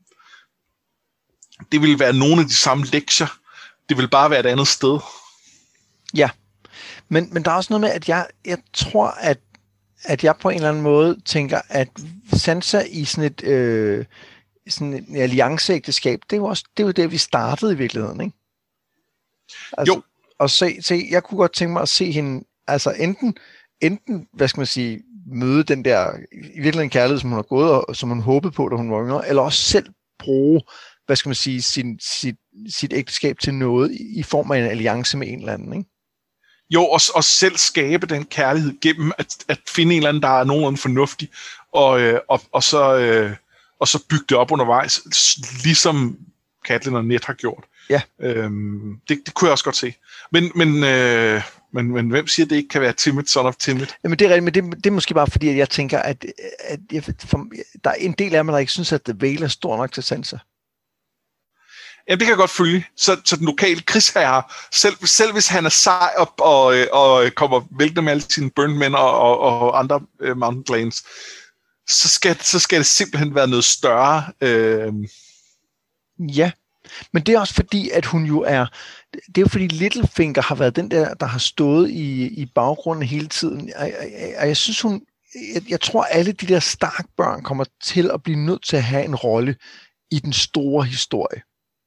det ville være nogle af de samme lektier. Det vil bare være et andet sted. Ja. Men, men der er også noget med, at jeg, jeg tror, at, at jeg på en eller anden måde tænker, at Sansa i sådan et, øh, sådan et allianceægteskab, det er jo også det, er jo det, vi startede i virkeligheden, ikke? Altså, jo. Og se, se, jeg kunne godt tænke mig at se hende, altså enten, enten, hvad skal man sige, møde den der, i virkeligheden kærlighed, som hun har gået, og som hun håbede på, da hun var yngre, eller også selv bruge, hvad skal man sige, sin, sit, sit ægteskab til noget, i form af en alliance med en eller anden, ikke? Jo, og, og selv skabe den kærlighed gennem at, at finde en eller anden, der er nogenlunde fornuftig, og, øh, og, og, så, øh, og så bygge det op undervejs, ligesom Catelyn og Ned har gjort. Ja. Øhm, det, det kunne jeg også godt se. Men, men, øh, men, men hvem siger, at det ikke kan være Timid Son of Timid? Jamen det er rigtigt, men det, det er måske bare fordi, at jeg tænker, at, at jeg, for, der er en del af mig, der ikke synes, at The Vale er stor nok til Sansa. Jamen, det kan jeg godt følge. Så, så den lokale krigsherre, selv, selv hvis han er sej og, og, og kommer væltende med alle sine Burnt Men og, og, og andre uh, Mountain Clans, så skal, så skal det simpelthen være noget større. Øh... Ja, men det er også fordi, at hun jo er... Det er jo fordi Littlefinger har været den der, der har stået i, i baggrunden hele tiden. Og jeg, jeg, jeg synes, hun... Jeg, jeg tror, alle de der Stark-børn kommer til at blive nødt til at have en rolle i den store historie.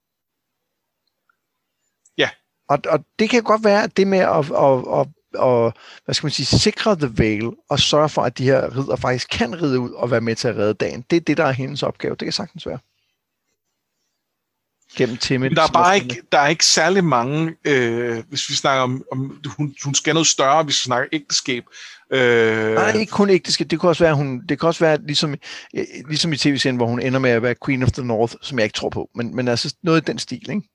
Og, og det kan godt være, at det med at, at, at, at hvad skal man sige, sikre The Vale og sørge for, at de her ridder faktisk kan ride ud og være med til at redde dagen, det er det, der er hendes opgave. Det kan sagtens være. Gennem Timid. Der er bare ikke, der er ikke særlig mange, øh, hvis vi snakker om, om hun, hun skal noget større, hvis vi snakker ægteskab. Øh... Nej, ikke kun ægteskab. Det kan også være, hun, det kan også være ligesom, ligesom i tv-serien, hvor hun ender med at være Queen of the North, som jeg ikke tror på. Men, men altså noget i den stil, ikke?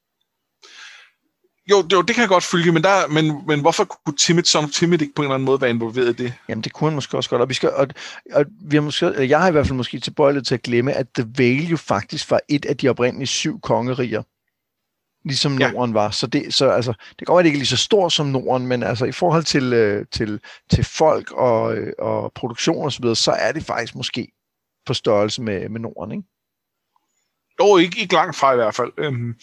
Jo, jo, det kan jeg godt følge, men, der, men, men hvorfor kunne Timid Son of Timid ikke på en eller anden måde være involveret i det? Jamen, det kunne han måske også godt, og, vi skal, og, og vi har måske, jeg har i hvert fald måske tilbøjeligt til at glemme, at The Vale jo faktisk var et af de oprindelige syv kongeriger, ligesom Norden ja. var. Så, det, så altså, det kan godt være, at det ikke er lige så stort som Norden, men altså i forhold til, øh, til, til folk og, øh, og produktion og så videre, så er det faktisk måske på størrelse med, med Norden, ikke? Jo, ikke, ikke langt fra i hvert fald. Øhm,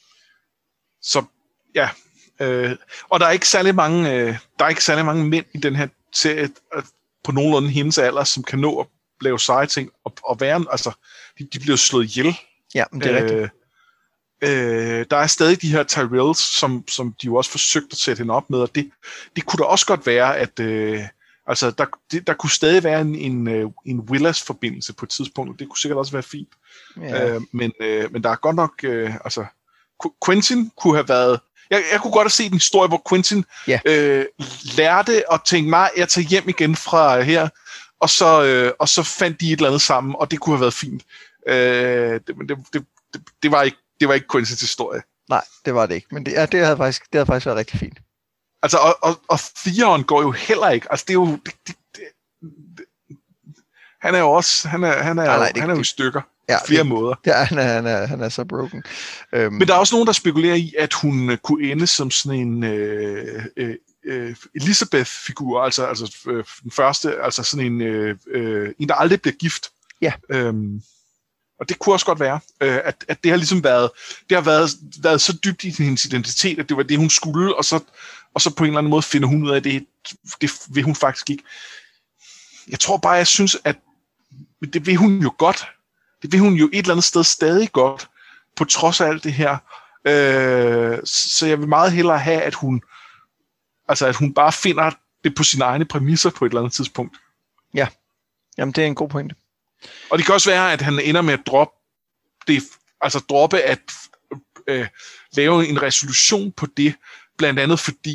så ja, øh, og der er ikke særlig mange, øh, der er ikke særlig mange mænd i den her serie øh, på nogenlunde hendes alder, som kan nå at lave seje ting og, og være, altså de, de bliver slået ihjel. Ja, men det er øh, rigtigt. Øh, der er stadig de her Tyrells, som, som de jo også forsøgte at sætte hende op med, og det, det kunne da også godt være, at øh, altså der, det, der kunne stadig være en, en, en Willas-forbindelse på et tidspunkt, og det kunne sikkert også være fint. Ja. Øh, men, øh, men der er godt nok, øh, altså Quentyn kunne have været. Jeg, jeg kunne godt have set en historie, hvor Quentyn ja. øh, lærte og tænkte mig, jeg tager hjem igen fra her, og så, øh, og så fandt de et eller andet sammen, og det kunne have været fint. Øh, det, det, det, det, det var ikke, det var ikke Quentyns historie. Nej, det var det ikke, men det, ja, det, havde faktisk, det havde faktisk været rigtig fint. Altså, og, og, og Theon går jo heller ikke. Altså, det er jo... Det, det, det, det, han er jo også... Han er, han er, nej, nej, det, han er jo i stykker. Ja, flere det, måder. Ja, han er, han er, han er så broken. Um, Men der er også nogen, der spekulerer i, at hun kunne ende som sådan en øh, øh, Elizabeth-figur, altså, altså øh, den første, altså sådan en, øh, øh, en, der aldrig bliver gift. Ja. Øhm, og det kunne også godt være, øh, at, at det har ligesom været, det har været, været så dybt i hendes identitet, at det var det, hun skulle, og så, og så på en eller anden måde finder hun ud af, at det, det vil hun faktisk ikke. Jeg tror bare, jeg synes, at det vil hun jo godt. Det vil hun jo et eller andet sted stadig godt, på trods af alt det her. Øh, så jeg vil meget hellere have, at hun, altså at hun bare finder det på sine egne præmisser på et eller andet tidspunkt. Ja, jamen det er en god pointe. Og det kan også være, at han ender med at droppe det, altså droppe at øh, lave en resolution på det, blandt andet fordi, at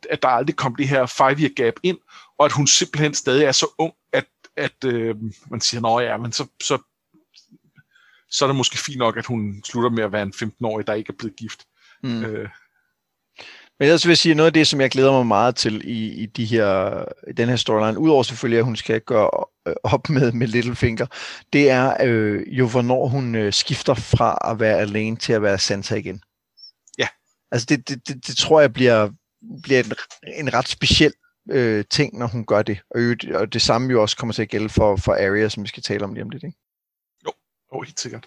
at der aldrig kom det her five-year gap ind, og at hun simpelthen stadig er så ung, at, at øh, man siger, nå ja, men så, så, så er det måske fint nok, at hun slutter med at være en femten-årig, der ikke er blevet gift. Mm. Øh. Men ellers vil jeg sige, noget af det, som jeg glæder mig meget til i, i, de her, i den her storyline, udover selvfølgelig, at hun skal gøre op med, med Littlefinger, det er øh, jo, hvornår hun øh, skifter fra at være alene til at være Sansa igen. Ja. Altså det, det, det, det tror jeg bliver, bliver en, en ret speciel øh, ting, når hun gør det. Og, og det samme jo også kommer til at gælde for, for Arya, som vi skal tale om lige om lidt, ikke? Jo, jo helt sikkert.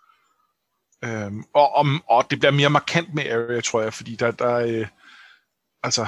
Øhm, og, og, og det bliver mere markant med Arya, tror jeg, fordi der, der øh, altså,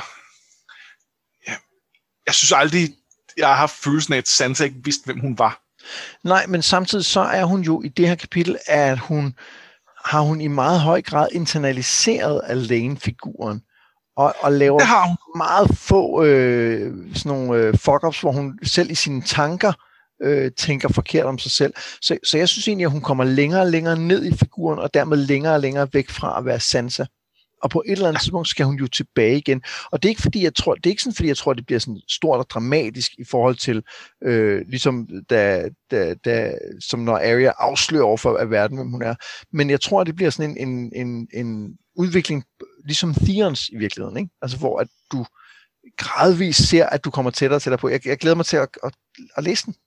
ja, jeg synes aldrig, jeg har haft følelsen af, at Sansa ikke vidste, hvem hun var. Nej, men samtidig så er hun jo i det her kapitel, at hun har hun i meget høj grad internaliseret Alayne-figuren, og, og laver det har hun. meget få øh, sådan nogle øh, fuck-ups, hvor hun selv i sine tanker øh, tænker forkert om sig selv. Så, så jeg synes egentlig, at hun kommer længere og længere ned i figuren, og dermed længere og længere væk fra at være Sansa. Og på et eller andet tidspunkt skal hun jo tilbage igen. Og det er ikke fordi jeg tror, det er ikke sådan fordi jeg tror, at det bliver sådan stort og dramatisk i forhold til øh, ligesom da, da, da, som når Arya afslører over for af verden, hvem hun er. Men jeg tror, at det bliver sådan en, en, en, en udvikling ligesom Theons i virkeligheden, ikke? Altså hvor at du gradvist ser, at du kommer tættere og tættere på. Jeg, jeg glæder mig til at, at, at læse den.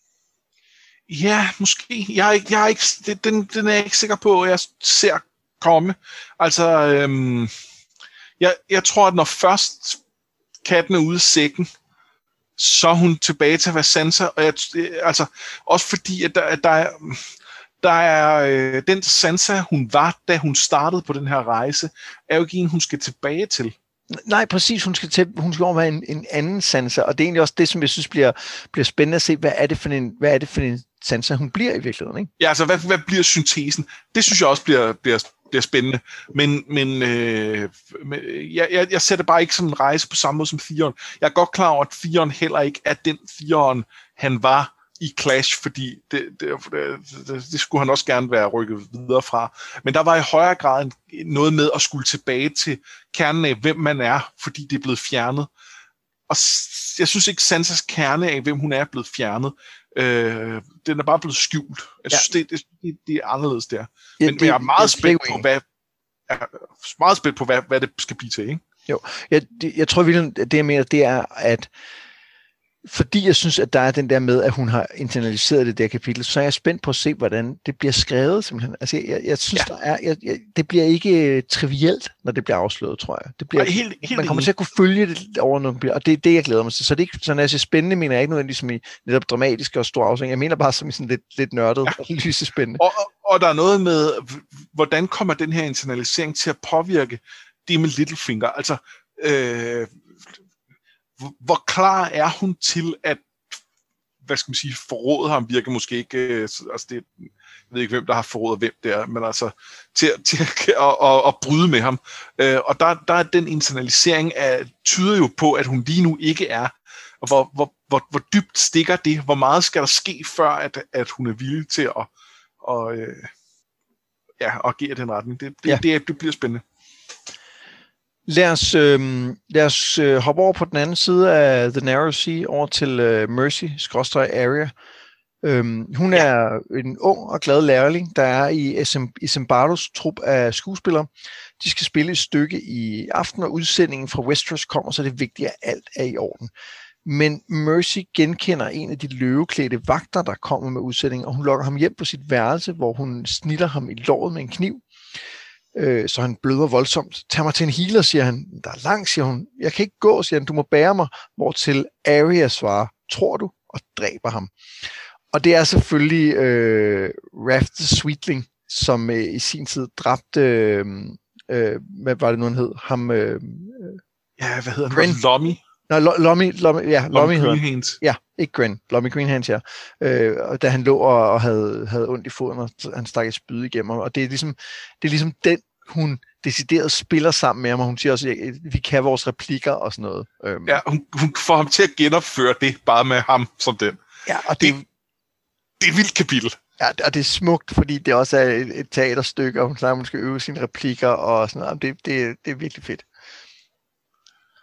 Ja, måske. Jeg er ikke, jeg er ikke, den, den er jeg ikke sikker på, at jeg ser komme. Altså, øhm, jeg, jeg tror, at når først katten er ude af sækken, så er hun tilbage til at være Sansa, og jeg, altså, også fordi, at der, at der er, der er øh, den Sansa, hun var, da hun startede på den her rejse, er jo ikke en, hun skal tilbage til. Nej, præcis. Hun skal, til, hun skal over være en, en anden Sansa, og det er egentlig også det, som jeg synes bliver, bliver spændende at se, hvad er det for en, hvad er det for en Sansa, hun bliver i virkeligheden, ikke? Ja, altså, hvad, hvad bliver syntesen? Det synes jeg også bliver, bliver, bliver spændende, men, men øh, jeg, jeg, jeg ser det bare ikke som en rejse på samme måde som Theon. Jeg er godt klar over, at Theon heller ikke er den Theon, han var i Clash, fordi det, det, det, det skulle han også gerne være rykket videre fra. Men der var i højere grad noget med at skulle tilbage til kernen af, hvem man er, fordi det er blevet fjernet. Og jeg synes ikke, Sansas kerne af, hvem hun er, er blevet fjernet. Øh, den er bare blevet skjult. Jeg synes, ja. det, det, det er anderledes der. Ja, men, det, men jeg er meget det, spændt det, på, hvad, jeg er meget spændt på, hvad, hvad det skal blive til, ikke? Jo, jeg, det, jeg tror virkelig, det jeg mener, det er, at fordi jeg synes, at der er den der med, at hun har internaliseret det der kapitel, så er jeg spændt på at se, hvordan det bliver skrevet, simpelthen. Altså, jeg, jeg synes, ja. der er, jeg, jeg, det bliver ikke trivielt, når det bliver afsløret, tror jeg. Det bliver, Ej, helt, helt man kommer til at kunne følge det over noget, og det er det, jeg glæder mig til. Så det er ikke, så når jeg siger spændende, mener jeg ikke nødvendigvis som i netop dramatisk og stor afsætning. Jeg mener bare som i sådan lidt, lidt nørdet ja. og lysespændende. Og, og, og der er noget med, hvordan kommer den her internalisering til at påvirke det med Littlefinger? Altså, øh, hvor klar er hun til at, hvad skal man sige, forråde ham, virker måske ikke, altså det, jeg ved ikke, hvem der har forrådet hvem der, men altså til, til at, at, at, at bryde med ham. Og der, der er den internalisering af, tyder jo på, at hun lige nu ikke er, og hvor, hvor, hvor, hvor dybt stikker det, hvor meget skal der ske, før at, at hun er villig til at, at, ja, at agere den retning. Det, det, ja. det, det bliver spændende. Lad os, øh, lad os øh, hoppe over på den anden side af The Narrow Sea, over til øh, Mercy, skråstreg Arya. Øhm, hun ja. er en ung og glad lærling, der er i, SM, i Zimbardos trup af skuespillere. De skal spille et stykke i aften, og udsendingen fra Westeros kommer, så det er vigtigt, at alt er i orden. Men Mercy genkender en af de løveklædte vagter, der kommer med udsendingen, og hun lokker ham hjem på sit værelse, hvor hun snitter ham i låret med en kniv. Øh, så han bløder voldsomt. Tag mig til en healer, siger han. Der er langt, siger hun. Jeg kan ikke gå, siger han. Du må bære mig. Hvortil Arya svarer, tror du? Og dræber ham. Og det er selvfølgelig øh, Raff the Sweetling, som øh, i sin tid dræbte, øh, øh, hvad var det nu, han hed? Ham, øh, ja, hvad hedder han? Lommy? Nej, Lommy, Lommy, ja, Lommy hedder han. Ja, ikke Gren. Lommy Greenhands, ja. Øh, og da han lå og, og havde, havde ondt i foden, og han stak et spyd igennem. Og det er ligesom, det er ligesom den, hun decideret spiller sammen med ham, og hun siger også, at vi kan vores replikker og sådan noget. Øhm. Ja, hun, hun får ham til at genopføre det, bare med ham som den. Ja, og det, det, det er et vildt kapitel. Ja, og det er smukt, fordi det også er et, et teaterstykke, og hun snakker, at hun skal øve sine replikker og sådan noget. Det, det, det er virkelig fedt.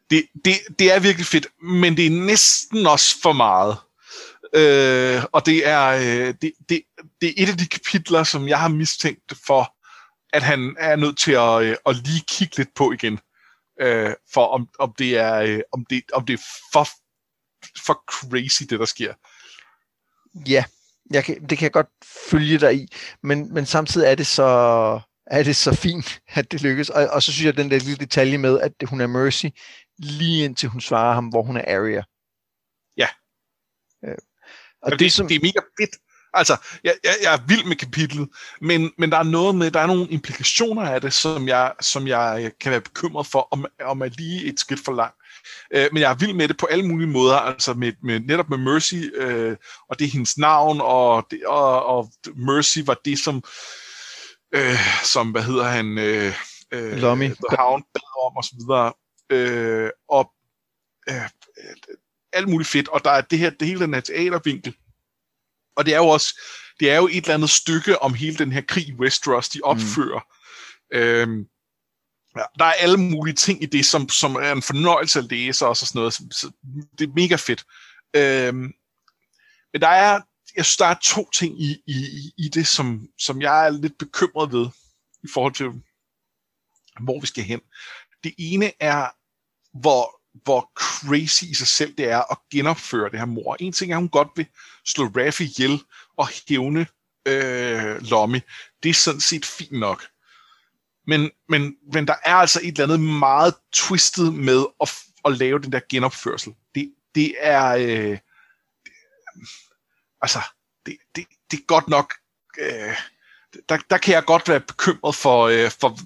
det, det, det er virkelig fedt, men det er næsten også for meget. Øh, og det er, øh, det, det, det er et af de kapitler, som jeg har mistænkt for, at han er nødt til at, øh, at lige kigge lidt på igen, øh, for om, om det er, øh, om det, om det er for, for crazy, det der sker. Ja, jeg kan, det kan jeg godt følge dig i, men, men samtidig er det så er det så fint, at det lykkes. Og, og så synes jeg, den der lille detalje med, at hun er Mercy, lige indtil hun svarer ham, hvor hun er Arya. Ja. Øh, og det, det, som... det er mega fedt. Altså, jeg, jeg, jeg er vild med kapitlet, men, men der er noget med, der er nogle implikationer af det, som jeg, som jeg kan være bekymret for, om, om er lige et skridt for langt. Øh, men jeg er vild med det på alle mulige måder, altså med, med, netop med Mercy, øh, og det er hendes navn, og, det, og, og Mercy var det, som, øh, som hvad hedder han, øh, øh, Lummy. The Hound bad om, og så videre. Øh, og øh, alt muligt fedt, og der er det her, det hele den her teatervinkel. Og det er jo også, det er jo et eller andet stykke om hele den her krig i Westeros, de opfører. Mm. Øhm, ja, der er alle mulige ting i det, som, som er en fornøjelse at læse, og sådan noget. Så, så det er mega fedt. Øhm, men der er, jeg synes, der er to ting i, i, i det, som, som jeg er lidt bekymret ved, i forhold til, hvor vi skal hen. Det ene er, hvor hvor crazy i sig selv det er at genopføre det her mord. En ting er, at hun godt vil slå Raffi ihjel og hævne øh, Lummy. Det er sådan set fint nok. Men, men, men der er altså et eller andet meget twistet med at, at lave den der genopførsel. Det, det er... Øh, det, altså, det, det, det er godt nok... Øh, der, der kan jeg godt være bekymret for... Øh, for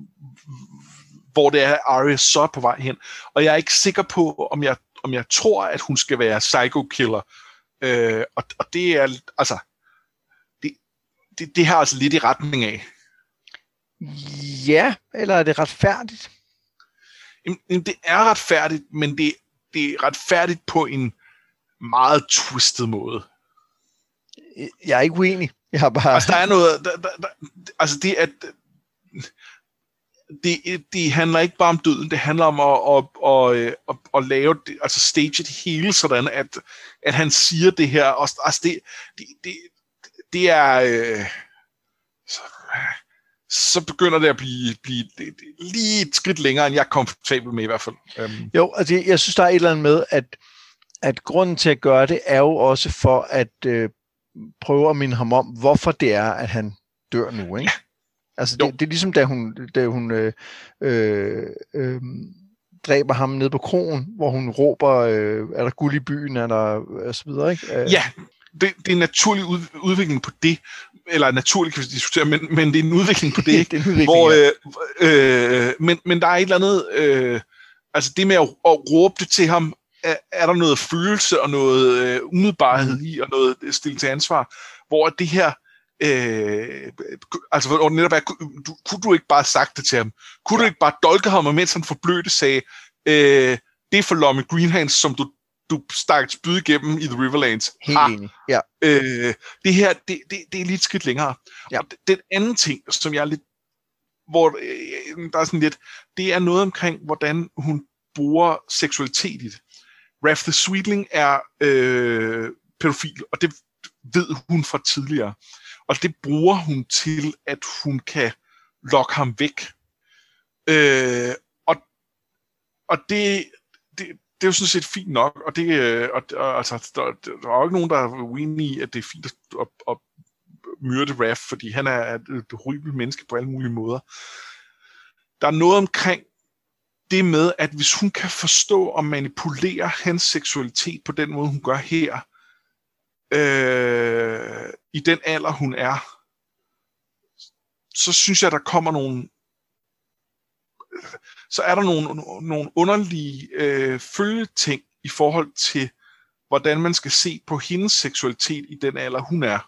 hvor det er, Arya så er på vej hen. Og jeg er ikke sikker på, om jeg, om jeg tror, at hun skal være psycho-killer. Øh, og, og det er, altså, det, det, det har altså lidt i retning af. Ja, eller er det retfærdigt? Jamen, det er retfærdigt, men det, det er retfærdigt på en meget twisted måde. Jeg er ikke uenig. Jeg har bare... Altså, der er noget... Der, der, der, altså, det er... Det, det handler ikke bare om døden, det handler om at, at, at, at, at lave, det, altså stage det hele sådan, at, at han siger det her, og altså det, det, det, det er, øh, så, så begynder det at blive, blive det, det, lige et skridt længere, end jeg er komfortabel med i hvert fald. Um. Jo, altså jeg, jeg synes, der er et eller andet med, at, at grunden til at gøre det, er jo også for at øh, prøve at minde ham om, hvorfor det er, at han dør nu, ikke? Ja. Altså, det, det er ligesom, da hun, da hun øh, øh, øh, dræber ham nede på krogen, hvor hun råber, øh, er der guld i byen, er der, og så videre, ikke? Øh. Ja, det, det er en naturlig ud, udvikling på det, eller naturligt kan vi diskutere, men, men det er en udvikling på det, ikke? Det er en udvikling, hvor, ja. øh, øh, men, men der er et eller andet, øh, altså det med at, at råbe det til ham, er, er der noget følelse og noget øh, umiddelbarhed i, og noget stille til ansvar, hvor det her, Øh, altså hvor netop er, du, kunne du ikke bare sagt det til ham? Kunne ja. du ikke bare dolke ham, mens han forblødte sagde, øh, det er for Lummy Greenhands, som du, du stak et spyd igennem i The Riverlands. Helt ah, enig, ja. Øh, det her, det, det, det er lige et skridt længere. Ja. Og den anden ting, som jeg er lidt, hvor øh, der er sådan lidt, det er noget omkring, hvordan hun bruger seksualitet i det. Raph the Sweetling er øh, pædofil, og det ved hun fra tidligere. Og det bruger hun til, at hun kan lokke ham væk. Øh, og og det, det, det er jo sådan set fint nok. Og, det, og, og altså, der, der er jo ikke nogen, der er uenige i, at det er fint at, at, at myrde Raph, fordi han er et horribelt menneske på alle mulige måder. Der er noget omkring det med, at hvis hun kan forstå og manipulere hans seksualitet på den måde, hun gør her, Øh, i den alder hun er, så synes jeg der kommer nogle så er der nogle, nogle underlige øh, følgeting i forhold til hvordan man skal se på hendes seksualitet i den alder hun er.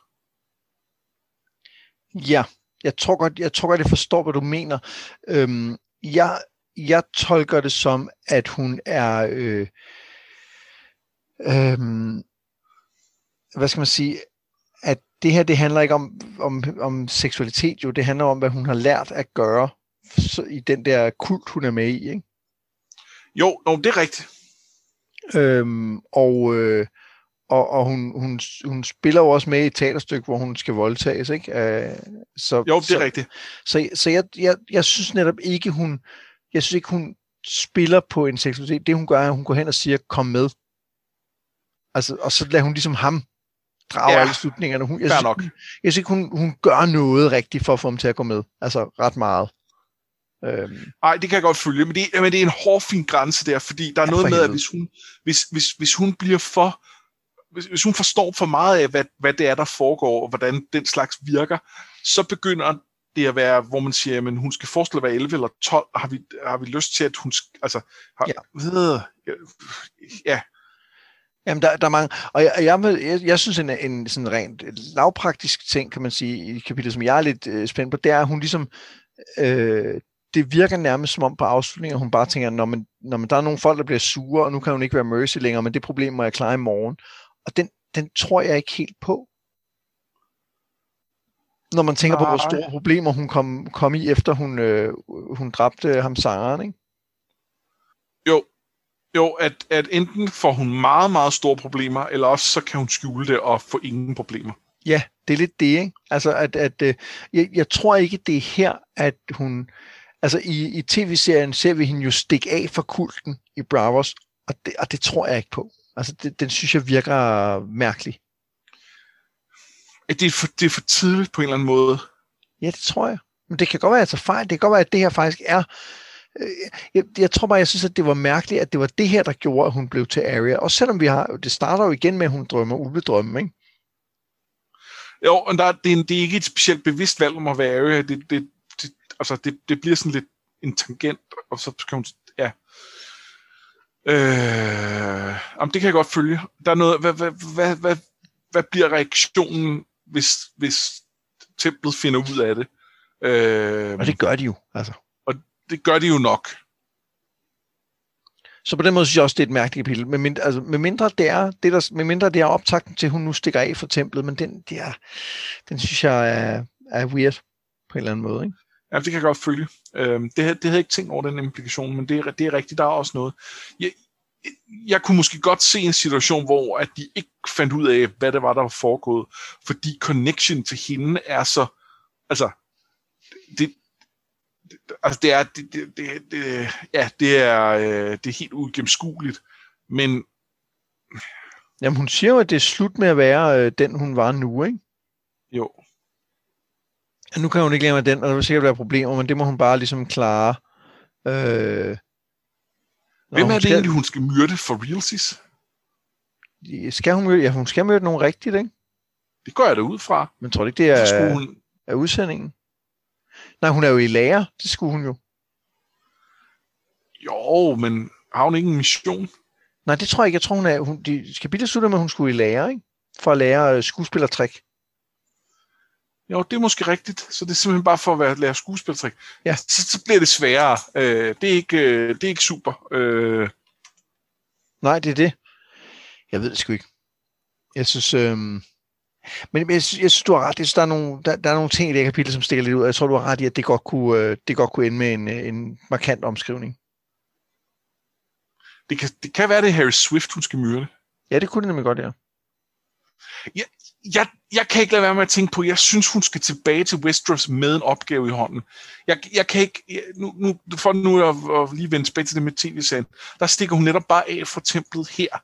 Ja, jeg tror godt jeg tror godt jeg forstår hvad du mener. øhm, jeg, jeg tolker det som at hun er øh, øh, hvad skal man sige, at det her, det handler ikke om, om, om seksualitet, jo, det handler om, hvad hun har lært at gøre i den der kult, hun er med i, ikke? Jo, no, det er rigtigt. Øhm, og øh, og, og hun, hun, hun spiller jo også med i et teaterstykke, hvor hun skal voldtages, ikke? Øh, så, jo, det er så, rigtigt. Så, så jeg, jeg, jeg synes netop ikke, hun jeg synes ikke, hun spiller på en seksualitet. Det hun gør, er, at hun går hen og siger, kom med. Altså, og så lader hun ligesom ham drage ja, alle slutningerne. Hun, jeg, synes, nok. Hun, jeg synes ikke, hun, hun gør noget rigtigt for at få ham til at gå med. Altså, ret meget. Nej, øhm. det kan jeg godt følge, men det, men det er en hårfin grænse der, fordi der er ja, noget med, at hvis hun, hvis, hvis, hvis hun bliver for, hvis, hvis hun forstår for meget af, hvad, hvad det er, der foregår, og hvordan den slags virker, så begynder det at være, hvor man siger, at hun skal forestille at være elleve eller tolv, og har vi, har vi lyst til, at hun, altså, har, ja. Ved, ja. Jamen, der, der er mange, og jeg, jeg, jeg, jeg synes, en, en sådan rent lavpraktisk ting, kan man sige, i kapitlet, som jeg er lidt øh, spændt på, det er, at hun ligesom, øh, det virker nærmest som om på afslutningen, hun bare tænker, når man, når man, der er nogle folk, der bliver sure, og nu kan hun ikke være Mercy længere, men det problem må jeg klare i morgen. Og den, den tror jeg ikke helt på. Når man tænker Nej. på, hvor store problemer hun kom, kom i, efter hun, øh, hun dræbte ham sangeren, ikke? Jo, jo at, at enten får hun meget, meget store problemer, eller også så kan hun skjule det og få ingen problemer. Ja, det er lidt det, ikke? Altså, at, at øh, jeg, jeg tror ikke, det er her, at hun... Altså, i, i tv-serien ser vi hende jo stikke af fra kulten i Bravos, og det, og det tror jeg ikke på. Altså, det, den synes jeg virker mærkelig. Det er, for, det er for tidligt på en eller anden måde. Ja, det tror jeg. Men det kan godt være, at jeg tager fejl. Det kan godt være, at det her faktisk er... Øh, jeg, jeg tror bare, jeg synes, at det var mærkeligt, at det var det her, der gjorde, at hun blev til Arya. Og selvom vi har... Det starter jo igen med, at hun drømmer ulvedrømme, ikke? Jo, og der, det, er, det er ikke et specielt bevidst valg om at være Arya. Det, det, det, altså, det, det bliver sådan lidt en tangent, og så kan hun... Ja... Øh, jamen, det kan jeg godt følge. Der er noget... Hvad, hvad, hvad, hvad, hvad bliver reaktionen, hvis, hvis templet finder ud af det? Øh, og det gør de jo, altså. Og det gør de jo nok. Så på den måde synes jeg også, det er et mærkeligt kapitel. Med mindre, altså, med mindre det er, det der, med mindre det er optakten til, at hun nu stikker af fra templet, men den, det er, den synes jeg er, er weird på en eller anden måde, ikke? Ja, det kan jeg godt følge. Øh, det, det havde jeg ikke tænkt over, den implikation, men det er, det er rigtigt, der er også noget. Jeg, jeg kunne måske godt se en situation, hvor at de ikke fandt ud af, hvad det var, der var foregået, fordi connection til hende er så, altså, det, det altså det er, det, det, det, det, ja, det er, øh, det er helt uigennemskueligt, men... Jamen, hun siger jo, at det er slut med at være øh, den, hun var nu, ikke? Jo. Nu kan hun ikke længere den, og der vil sikkert være problemer, men det må hun bare ligesom klare. Øh, Hvem er det skal... egentlig, hun skal myrde for realsies? Skal hun myrde? Ja, hun skal myrde nogen rigtigt, ikke? Det går jeg da ud fra. Men tror du ikke, det er, hun... er udsendingen? Nej, hun er jo i lære. Det skulle hun jo. Jo, men har hun ikke en mission? Nej, det tror jeg ikke. Jeg tror, hun er... Hun, de kapitlet slutter med, at hun skulle i lære, ikke? For at lære skuespillertrik. Jo, det er måske rigtigt. Så det er simpelthen bare for at være, lære skuespillertrik. Ja. Så, så bliver det sværere. Øh, det, er ikke, øh, det er ikke super. Øh... Nej, det er det. Jeg ved det sgu ikke. Jeg synes... Øh... Men jeg synes, jeg synes, du har ret. Jeg synes, der er nogle, der, der er nogle ting i det kapitel, som stikker lidt ud. Jeg tror, du har ret i, at det godt kunne, det godt kunne ende med en, en markant omskrivning. Det kan, det kan være, det er Harry Swift, hun skal myrde. Ja, det kunne det nemlig godt, ja. Jeg, jeg, jeg kan ikke lade være med at tænke på, jeg synes, hun skal tilbage til Westeros med en opgave i hånden. Jeg, jeg kan ikke, jeg, nu, nu, for nu at, at lige vende tilbage til det med tv-serien, der stikker hun netop bare af fra templet her.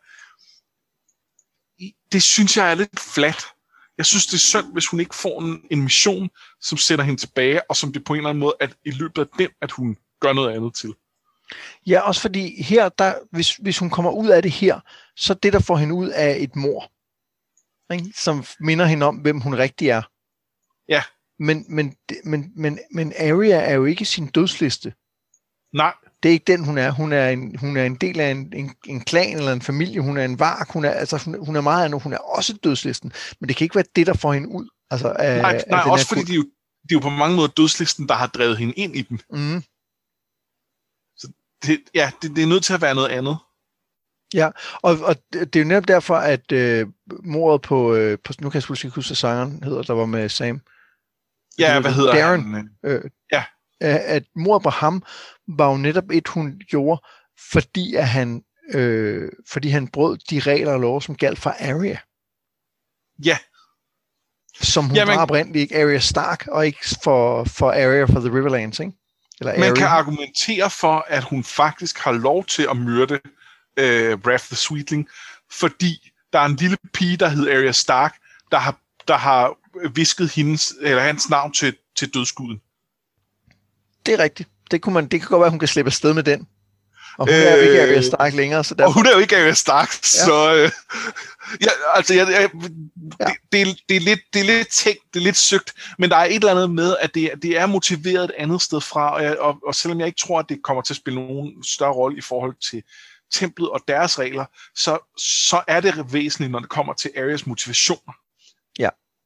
Det synes jeg er lidt flat. Jeg synes, det er synd, hvis hun ikke får en, en mission, som sætter hende tilbage, og som det på en eller anden måde, at i løbet af den, at hun gør noget andet til. Ja, også fordi her, der, hvis, hvis hun kommer ud af det her, så det, der får hende ud af et mord, ikke? Som minder hende om, hvem hun rigtig er. Ja. Men, men, men, men, men Arya er jo ikke sin dødsliste. Nej. Det er ikke den, hun er. Hun er en, hun er en del af en, en, en klan eller en familie. Hun er en vark. Hun er, altså, hun, hun er meget andet. Hun er også dødslisten. Men det kan ikke være det, der får hende ud. Altså, af, nej, nej af også fordi det er, jo, det er jo på mange måder dødslisten, der har drevet hende ind i den. Mm. Så det, ja, det, det er nødt til at være noget andet. Ja, og, og det er jo netop derfor, at øh, mordet på, øh, på... Nu kan jeg selvfølgelig ikke huske, hvad sangeren hedder, der var med Sam. Ja, hvad hedder Darren, han? Øh, ja. At mordet på ham var jo netop et, hun gjorde, fordi at han, øh, fordi han brød de regler og love, som galt for Arya. Ja. Som hun Jamen, var oprindeligt ikke Arya Stark, og ikke for, for Arya for the Riverlands, ikke? Eller man Arya. kan argumentere for, at hun faktisk har lov til at myrde øh, Wrath the Sweetling, fordi der er en lille pige, der hedder Arya Stark, der har, der har visket hendes, eller hans navn til, til dødskuden. Det er rigtigt. Det, kunne man, det kan godt være, at hun kan slippe afsted med den. Og hun øh, er jo ikke Arya Stark længere. Så derfor... Og hun er jo ikke Arya Stark, ja. så... Øh, ja, altså, jeg, jeg, ja. det, det, det, er lidt, det er lidt tænkt, det er lidt søgt, men der er et eller andet med, at det, det er motiveret et andet sted fra, og, jeg, og, og selvom jeg ikke tror, at det kommer til at spille nogen større rolle i forhold til templet og deres regler, så, så er det væsentligt, når det kommer til Aryas motivationer. Ja.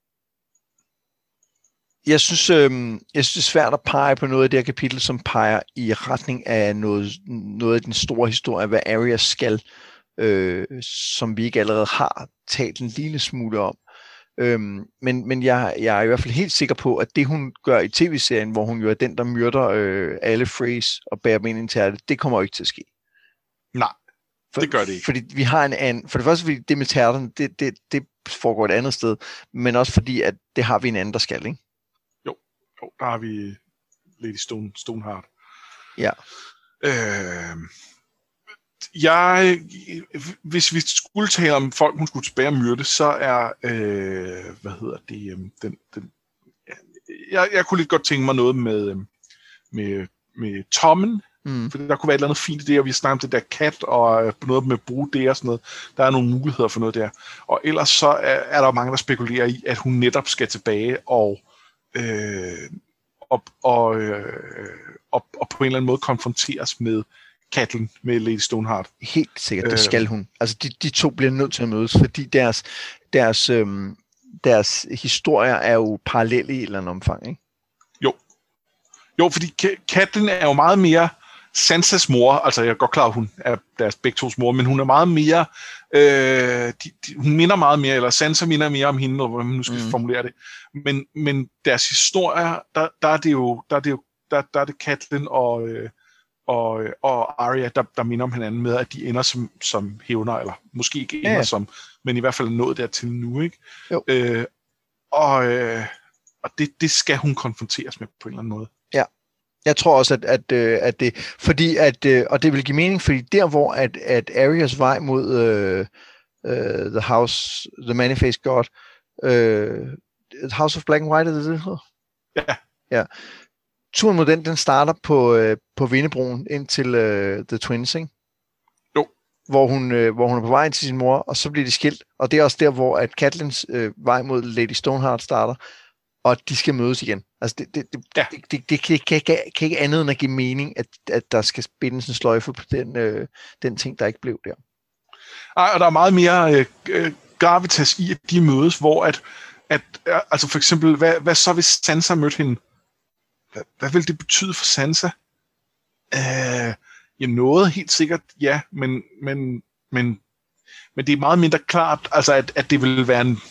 Jeg synes, øh, jeg synes, det er svært at pege på noget af det her kapitel, som peger i retning af noget, noget af den store historie, hvad Arya skal, øh, som vi ikke allerede har talt en lille smule om. Øhm, men men jeg, jeg er i hvert fald helt sikker på, at det hun gør i tv-serien, hvor hun jo er den, der myrder øh, alle Freys og bærer dem ind i en tærte, det kommer jo ikke til at ske. Nej, for, det gør det ikke. Fordi vi har en anden, for det første, fordi det med tærterne, det, det, det foregår et andet sted, men også fordi, at det har vi en anden, der skal, ikke? Jo, jo der har vi Lady Stone, Stoneheart. Ja. Øh, jeg, hvis vi skulle tale om folk, hun skulle tilbage og myrde, så er, øh, hvad hedder det, øh, den, den, jeg, jeg kunne lidt godt tænke mig noget med, med, med Tommen, mm. for der kunne være et eller andet fint i det, og vi snakker om det der kat, og noget med at bruge det og sådan noget. Der er nogle muligheder for noget der. Og ellers så er, er der mange, der spekulerer i, at hun netop skal tilbage og, øh, og, og, øh, og, og på en eller anden måde konfronteres med Catelyn, med Lady Stoneheart. Helt sikkert, det skal hun. Altså, de, de to bliver nødt til at mødes, fordi deres, deres, øhm, deres historier er jo parallelle i et eller andet omfang, ikke? Jo. Jo, fordi Catelyn er jo meget mere Sansas mor, altså jeg er godt klar, at hun er deres begge tos mor, men hun er meget mere, øh, de, de, hun minder meget mere, eller Sansa minder mere om hende, eller hvordan man nu skal mm. formulere det. Men, men deres historier, der, der er det jo, der er det jo, der, der er det Catelyn og øh, Og, og Arya, der, der minder om hinanden med, at de ender som, som hævner, eller måske ikke ender ja. som, men i hvert fald nået dertil nu, ikke? Jo. Øh, og øh, og det, det skal hun konfronteres med på en eller anden måde. Ja, jeg tror også, at, at, at det, fordi at, og det vil give mening, fordi der, hvor at, at Aryas vej mod uh, uh, The House, The Many-Faced God, uh, House of Black and White, er det det hedder? Ja. Ja. Turen mod den, den starter på, øh, på Vindebroen ind til øh, The Twins, ikke? Jo. Hvor hun, øh, hvor hun er på vej ind til sin mor, og så bliver de skilt. Og det er også der, hvor at Catelyns øh, vej mod Lady Stoneheart starter, og de skal mødes igen. Altså, det, det, det, ja. det, det, det kan, kan, kan, kan ikke andet end at give mening, at, at der skal bindes en sløjfe på den, øh, den ting, der ikke blev der. Ej, og der er meget mere øh, gravitas i, at de mødes, hvor at, at altså for eksempel, hvad, hvad så hvis Sansa mødte hende? Hvad, hvad vil det betyde for Sansa? Øh, ja, noget helt sikkert, ja, men, men, men, men det er meget mindre klart, altså at, at det vil være en...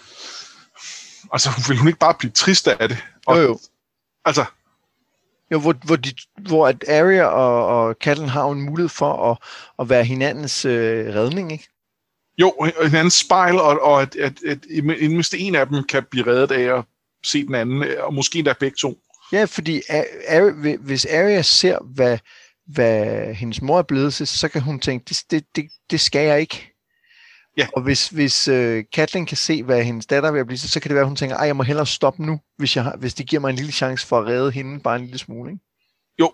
Altså, vil hun ikke bare blive trist af det? Og, jo, jo. Altså... Jo, hvor, hvor, de, hvor at Arya og, og Catelyn har en mulighed for at, at være hinandens øh, redning, ikke? Jo, hinandens spejl, og, og at, at, at, at mindst en af dem kan blive reddet af at se den anden, og måske endda begge to. Ja, fordi Arya, hvis Arya ser, hvad, hvad hendes mor er blevet til, så kan hun tænke, det, det, det, det skal jeg ikke. Ja. Og hvis, hvis uh, Catelyn kan se, hvad hendes datter er ved at blive til, så kan det være, at hun tænker, ej, jeg må hellere stoppe nu, hvis, jeg har, hvis det giver mig en lille chance for at redde hende bare en lille smule, ikke? Jo.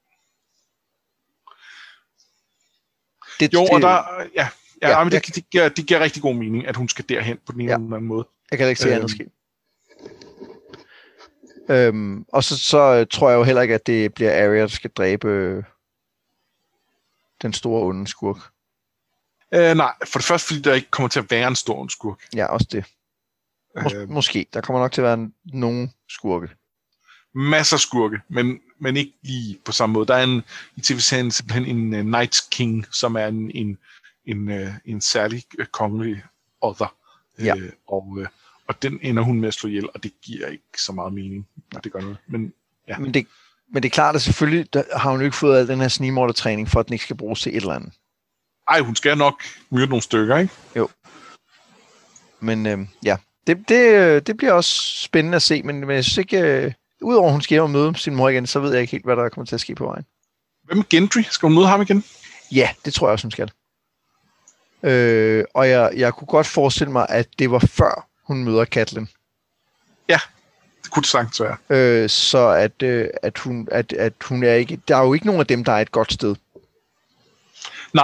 Det, jo, det, og der, ja, ja, ja men det, jeg, det, giver, det giver rigtig god mening, at hun skal derhen på den ene ja, eller anden måde. Jeg kan ikke se øhm. andet ske. Øhm, og så, så tror jeg jo heller ikke, at det bliver Arya, der skal dræbe øh, den store onde skurk. Øh, nej, for det første, fordi der ikke kommer til at være en stor ond skurk. Ja, også det. Mås- øh, måske. Der kommer nok til at være nogen skurke. Masser af skurke, men, men ikke lige på samme måde. Der er en, i tv-serien simpelthen en uh, Night King, som er en, en, en, uh, en særlig uh, kongelig other. Ja. Øh, og, uh, og den ender hun med at slå ihjel, og det giver ikke så meget mening, at det gør noget. Men, ja. men, det, Men det er klart, at selvfølgelig der har hun jo ikke fået al den her snigmordertræning, for at den ikke skal bruges til et eller andet. Ej, hun skal nok myrde nogle stykker, ikke? Jo. Men øh, ja, det, det, det bliver også spændende at se, men, men jeg synes ikke, øh, udover at hun skal hjem og møde sin mor igen, så ved jeg ikke helt, hvad der kommer til at ske på vejen. Hvem med Gendry? Skal hun møde ham igen? Ja, det tror jeg også, hun skal. Øh, og jeg, jeg kunne godt forestille mig, at det var før hun møder Catelyn. Ja, det kunne det sagtens være. Øh, så at, øh, at, hun, at, at hun er ikke... Der er jo ikke nogen af dem, der er et godt sted. Nej.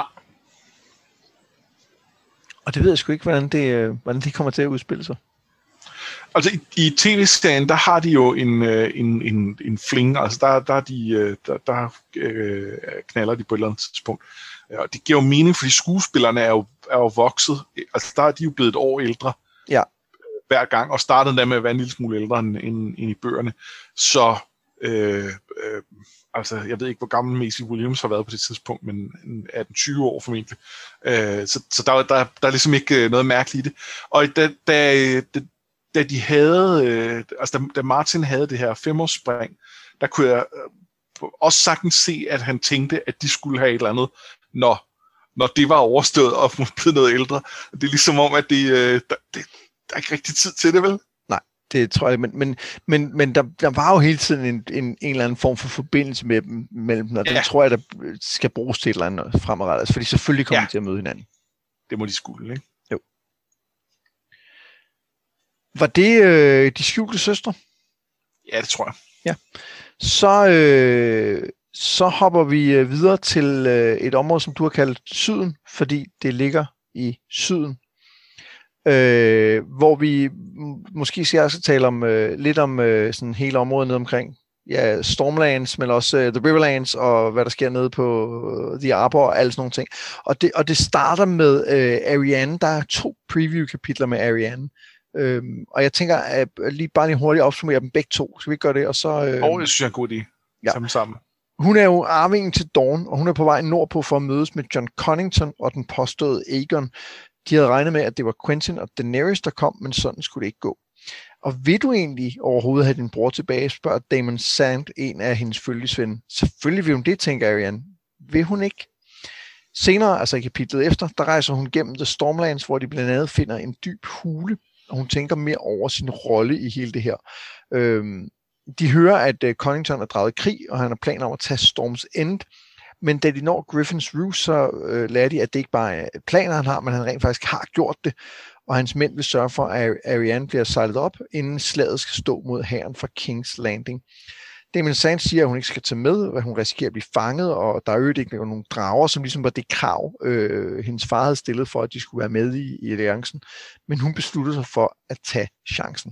Og det ved jeg sgu ikke, hvordan det, øh, hvordan det kommer til at udspille sig. Altså i, i tv-serien, der har de jo en, en, en, en fling, altså der, der, er de, der, der øh, knaller de på et eller andet tidspunkt. Og det giver jo mening, fordi skuespillerne er jo, er jo vokset, altså der er de jo blevet et år ældre. Ja. Hver gang, og startede der med at være en lille smule ældre end, end, end i bøgerne. Så, øh, øh, altså, jeg ved ikke, hvor gammel Maisie Williams har været på det tidspunkt, men atten tyve år formentlig. Øh, så så der, der, der er ligesom ikke noget mærkeligt i det. Og da, da, da de havde, øh, altså da, da Martin havde det her femårsspring, der kunne jeg øh, også sagtens se, at han tænkte, at de skulle have et eller andet, når, når det var overstået og blevet noget ældre. Det er ligesom om, at det, øh, der, det der er ikke rigtig tid til det, vel? Nej, det tror jeg, men, men, men, men der, der var jo hele tiden en, en, en eller anden form for forbindelse med dem, mellem dem, og ja. Det tror jeg, der skal bruges til et eller andet fremadrettet, altså, fordi selvfølgelig kommer ja. de til at møde hinanden. Det må de skulle, ikke? Jo. Var det øh, de skjulte søstre? Ja, det tror jeg. Ja. Så, øh, så hopper vi videre til øh, et område, som du har kaldt Syden, fordi det ligger i Syden. Øh, hvor vi måske skal også tale om øh, lidt om øh, sådan hele området nede omkring ja, Stormlands, men også øh, The Riverlands og hvad der sker nede på uh, The Arbor og alle sådan nogle ting. Og det, og det starter med øh, Arianne. Der er to preview-kapitler med Arianne. Øhm, og jeg tænker, at lige bare lige hurtigt opsummere dem begge to. Skal vi ikke gøre det? Og så... Øh, og det synes jeg er en god idé. Ja. Sammen sammen. Hun er jo arvingen til Dawn, og hun er på vej nordpå for at mødes med Jon Connington og den påståede Aegon. De havde regnet med, at det var Quentyn og Daenerys, der kom, men sådan skulle det ikke gå. Og vil du egentlig overhovedet have din bror tilbage, spørger Daemon Sand, en af hendes følgesvende. Selvfølgelig vil hun det, tænker Arianne. Vil hun ikke? Senere, altså i kapitlet efter, der rejser hun gennem The Stormlands, hvor de blandt andet finder en dyb hule, og hun tænker mere over sin rolle i hele det her. Øhm, de hører, at uh, Connington er draget i krig, og han har planer om at tage Storm's End. Men da de når Griffin's Roost, så øh, lærer de, at det ikke bare er planer, han har, men han rent faktisk har gjort det. Og hans mænd vil sørge for, at Arianne bliver sejlet op, inden slaget skal stå mod hæren fra King's Landing. Daemon Sand siger, at hun ikke skal tage med, at hun risikerer at blive fanget, og der er jo ikke nogen drager, som ligesom var det krav, øh, hendes far havde stillet for, at de skulle være med i, i alliancen. Men hun beslutter sig for at tage chancen.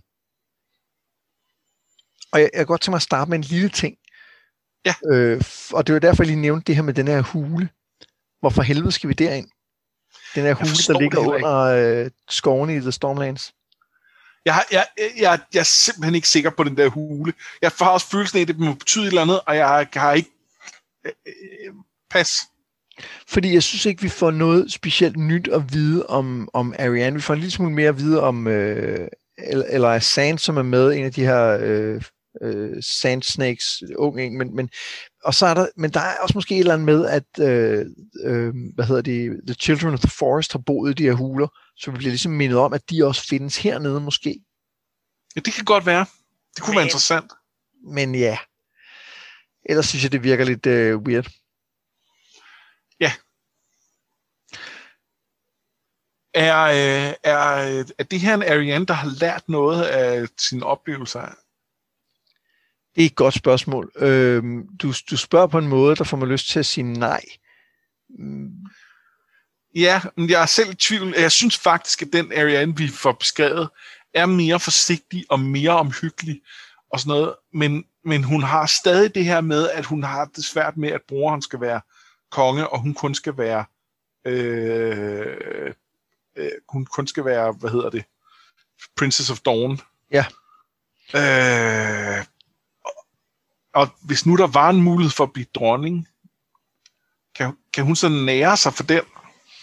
Og jeg, jeg kan godt tænke mig at starte med en lille ting. Ja. Øh, og det var derfor, jeg lige nævnte det her med den her hule. Hvorfor helvede skal vi derind? Den her hule, der ligger under øh, skovene i The Stormlands. Jeg, har, jeg, jeg, jeg er simpelthen ikke sikker på den der hule. Jeg har også følelsen af, at det må betyde et eller andet, og jeg har ikke... Øh, øh, pas. Fordi jeg synes ikke, vi får noget specielt nyt at vide om, om Arianne. Vi får en lille smule mere at vide om... Øh, eller Sand, som er med, en af de her... Øh, Uh, Sand Snakes ung en, men, men, og så er der, men der er også måske et eller andet med, at uh, uh, hvad hedder det, The Children of the Forest har boet i de her huler, så vi bliver ligesom mindet om, at de også findes hernede måske. Ja, det kan godt være. Det kunne men, være interessant. Men ja, ellers synes jeg, det virker lidt uh, weird. Ja. Er, er, er det her en Arianne, der har lært noget af sine oplevelser? Det er et godt spørgsmål. Øhm, du, du spørger på en måde, der får mig lyst til at sige nej. Ja, men jeg er selv i tvivl. Jeg synes faktisk, at den Arianne, vi får beskrevet, er mere forsigtig og mere omhyggelig og sådan noget. Men, men hun har stadig det her med, at hun har det svært med, at broren skal være konge, og hun kun skal være... Øh, øh, hun kun skal være, hvad hedder det? Princess of Dawn. Ja. Øh... Og hvis nu der var en mulighed for at blive dronning, kan, kan hun så nære sig for den?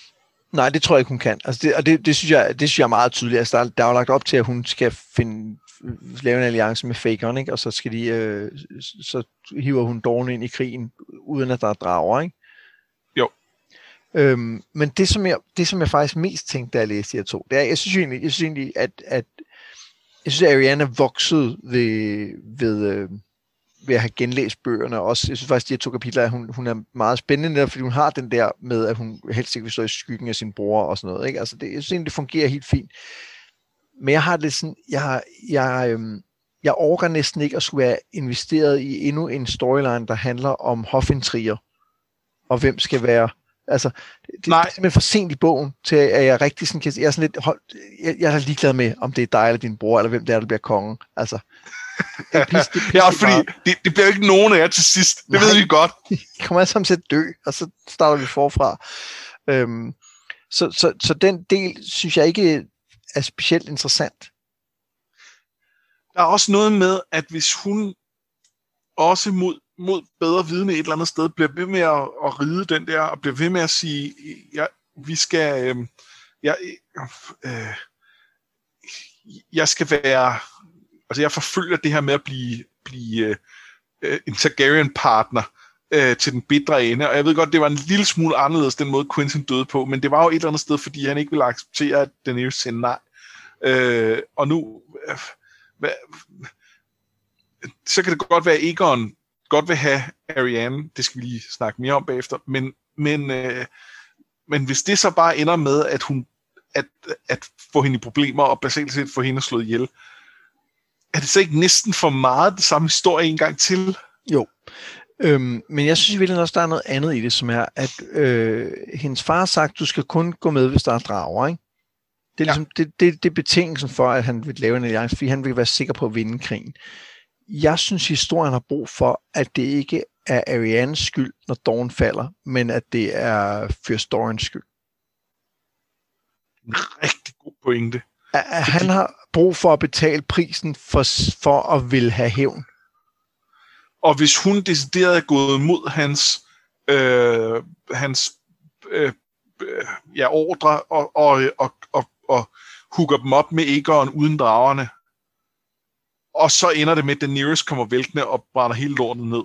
Nej, det tror jeg ikke, hun kan. Altså det, og det, det, synes jeg, det synes jeg er meget tydeligt. Altså der, der er jo lagt op til, at hun skal finde, lave en alliance med Fagon, ikke? Og så skal de, øh, så hiver hun Dawn ind i krigen, uden at der er drager, ikke? Jo. Øhm, men det som, jeg, det, som jeg faktisk mest tænkte, da jeg læste de her to, det er, jeg synes egentlig, jeg synes egentlig at, at jeg synes, at Arianne er vokset ved, ved, øh, ved at have genlæst bøgerne også. Jeg synes faktisk, at de her to kapitler, at hun, hun er meget spændende, netop, fordi hun har den der med, at hun helst ikke vil stå i skyggen af sin bror og sådan noget, ikke? Altså, det, jeg synes egentlig, det fungerer helt fint. Men jeg har det sådan, jeg, jeg, øhm, jeg orker næsten ikke at skulle være investeret i endnu en storyline, der handler om hofintriger, og hvem skal være, altså, det, det er simpelthen for sent i bogen, til at jeg rigtig sådan kan, jeg er sådan lidt, hold, jeg, jeg er ligeglad med, om det er dig eller din bror, eller hvem det er, der bliver kongen, altså. Det er pis, det er pis, ja, fordi det, det bliver jo ikke nogen af jer til sidst, det Nej, ved vi godt. De kommer alle sammen til at dø, og så starter vi forfra. Øhm, så, så, så den del, synes jeg ikke er specielt interessant. Der er også noget med, at hvis hun også mod, mod bedre vidne et eller andet sted, bliver ved med at, at ride den der, og bliver ved med at sige, ja, vi skal, øh, jeg, øh, jeg skal være, altså jeg forfølger det her med at blive, blive øh, en Targaryen-partner øh, til den bitre ende, og jeg ved godt, det var en lille smule anderledes, den måde Quentyn døde på, men det var jo et eller andet sted, fordi han ikke ville acceptere, at Daenerys sagde nej. Øh, og nu øh, hvad, så kan det godt være, at Aegon godt vil have Arianne, det skal vi lige snakke mere om bagefter, men, men, øh, men hvis det så bare ender med, at hun at, at få hende i problemer, og basalt set få hende slået ihjel, er det så ikke næsten for meget det samme historie en gang til? Jo, øhm, men jeg synes virkelig også, der er noget andet i det, som er, at øh, hendes far har sagt, du skal kun gå med, hvis der er drager, ikke? Det er, ligesom, ja. det, det, det er betingelsen for, at han vil lave en alliance, fordi han vil være sikker på at vinde krigen. Jeg synes, historien har brug for, at det ikke er Ariannes skyld, når Dawn falder, men at det er Fyrst Dorins skyld. En rigtig god pointe. At, at fordi... Han har brug for at betale prisen for, for at vil have hævn. Og hvis hun decideret er gået mod hans, øh, hans øh, ja, ordre og, og, og, og, og hooker dem op med Aegon uden dragerne, og så ender det med, at Daenerys kommer væltende og brænder hele lortet ned.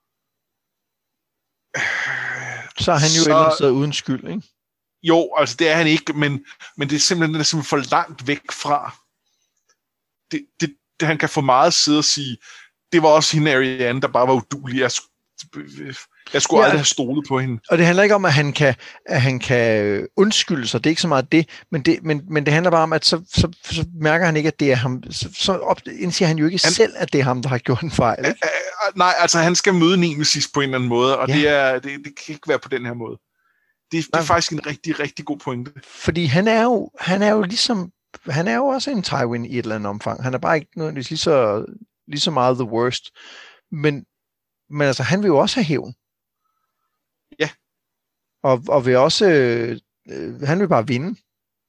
Så er han jo så... ellers så uden skyld, ikke? Jo, altså det er han ikke, men, men det er simpelthen, det er simpelthen for langt væk fra. Det, det, det, han kan for meget sidde og sige, det var også hende Arianne, der bare var uduelig. Jeg, jeg skulle ja, aldrig have stolet på hende. Og det handler ikke om, at han kan, at han kan undskylde sig. Det er ikke så meget det, men det, men, men det handler bare om, at så, så, så mærker han ikke, at det er ham. Så, så op, indsiger han jo ikke han, selv, at det er ham, der har gjort en fejl. Ikke? Uh, uh, nej, altså han skal møde Nemesis på en eller anden måde, og ja. det, er, det, det kan ikke være på den her måde. Det, det er faktisk en rigtig, rigtig god pointe. Fordi han er jo, han er jo ligesom, han er jo også en Tywin i et eller andet omfang. Han er bare ikke nødvendigvis lige så, lige så meget the worst. Men, men altså, han vil jo også have hævn. Ja. Og, og vil også, øh, han vil bare vinde.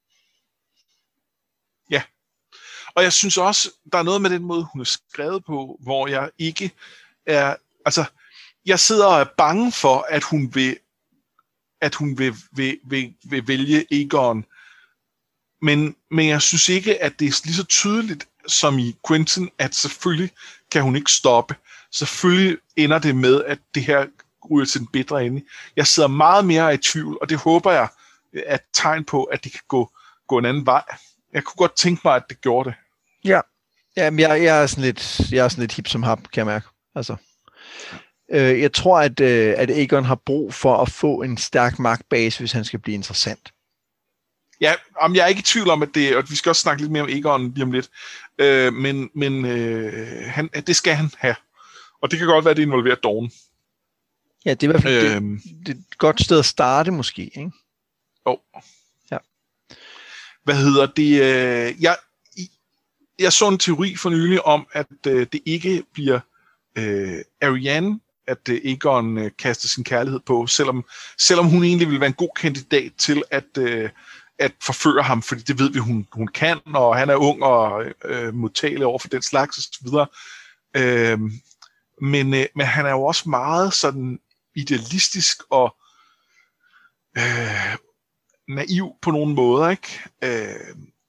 Ja. Og jeg synes også, der er noget med den måde, hun er skrevet på, hvor jeg ikke er, altså, jeg sidder og er bange for, at hun vil at hun vil, vil, vil, vil vælge Aegon. Men, men jeg synes ikke, at det er lige så tydeligt som i Quentyn, at selvfølgelig kan hun ikke stoppe. Selvfølgelig ender det med, at det her ryger til den bitre ende. Jeg sidder meget mere i tvivl, og det håber jeg er et tegn på, at det kan gå, gå en anden vej. Jeg kunne godt tænke mig, at det gjorde det. Ja, Jamen, jeg, jeg, er sådan lidt, jeg er sådan lidt hip som hap, kan jeg mærke. Altså... Øh, jeg tror, at, øh, at Aegon har brug for at få en stærk magtbase, hvis han skal blive interessant. Ja, om jeg er ikke i tvivl om, at det, og vi skal også snakke lidt mere om Aegon lige om lidt, øh, men, men øh, han, det skal han have. Og det kan godt være, at det involverer Dawn. Ja, det er i hvert fald øh, det, det er et godt sted at starte måske, ikke? Jo. Oh. Ja. Hvad hedder det? Øh, jeg, jeg så en teori for nylig om, at øh, det ikke bliver øh, Arianne, at uh, Aegon uh, kaster sin kærlighed på, selvom, selvom hun egentlig vil være en god kandidat til at, uh, at forføre ham, fordi det ved vi, hun, hun kan, og han er ung og uh, modtagelig over for den slags og så videre. Uh, men, uh, men han er jo også meget sådan idealistisk og uh, naiv på nogle måder, ikke? Uh,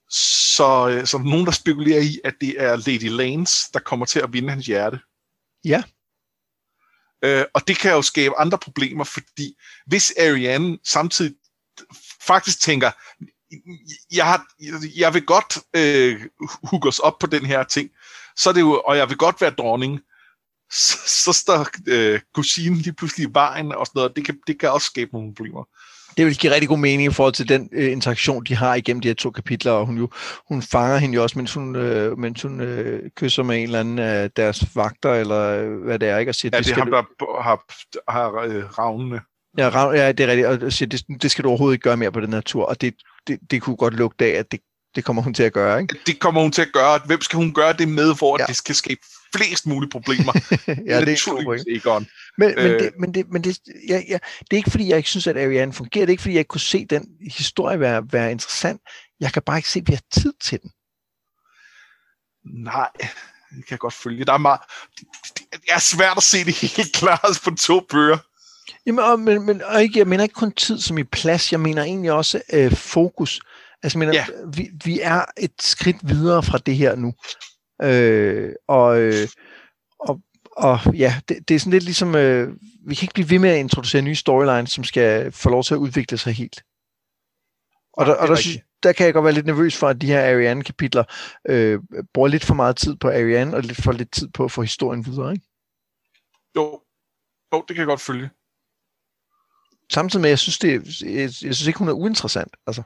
så, så er der nogen, der spekulerer i, at det er Lady Lance, der kommer til at vinde hans hjerte. Ja. Øh, og det kan jo skabe andre problemer, fordi hvis Arianne samtidig faktisk tænker, jeg, har, jeg vil godt øh, hooke os op på den her ting, så er det jo, og jeg vil godt være dronning, så, så står øh, kusinen lige pludselig i vejen og sådan noget. Det kan, det kan også skabe nogle problemer. Det vil give rigtig god mening i forhold til den øh, interaktion, de har igennem de her to kapitler, og hun jo hun fanger hende jo også, mens hun, øh, mens hun øh, kysser med en eller anden af deres vagter, eller hvad det er, ikke? Og siger, ja, det, det er ham, du... der har, har øh, ravnene. Ja, rav... ja, det er rigtigt, og siger, det, det skal du overhovedet ikke gøre mere på den her tur, og det, det, det kunne godt lugte af, at det, det kommer hun til at gøre, ikke? Det kommer hun til at gøre. Hvem skal hun gøre det med, for at ja. det skal skabe flest mulige problemer? ja, det er naturligvis ikke. Men, men, det, men, det, men det, ja, ja, det er ikke, fordi jeg ikke synes, at Arianne fungerer. Det er ikke, fordi jeg ikke kunne se den historie være, være interessant. Jeg kan bare ikke se, at vi har tid til den. Nej, det kan jeg godt følge. Der er meget, det er svært at se det helt klart på to bøger. Jamen, og, men, men, og ikke, jeg mener ikke kun tid som i plads. Jeg mener egentlig også øh, fokus. Altså, jeg mener, ja. vi, vi er et skridt videre fra det her nu. Øh, og, øh, og, og ja, det, det er sådan lidt ligesom, øh, vi kan ikke blive ved med at introducere nye storylines, som skal få lov til at udvikle sig helt. Og, ja, der, og der, synes, der kan jeg godt være lidt nervøs for, at de her Arianne-kapitler øh, bruger lidt for meget tid på Arianne, og lidt for lidt tid på at få historien videre, ikke? Jo, jo det kan jeg godt følge. Samtidig med, jeg synes, det, jeg, jeg synes ikke, hun er uinteressant, altså.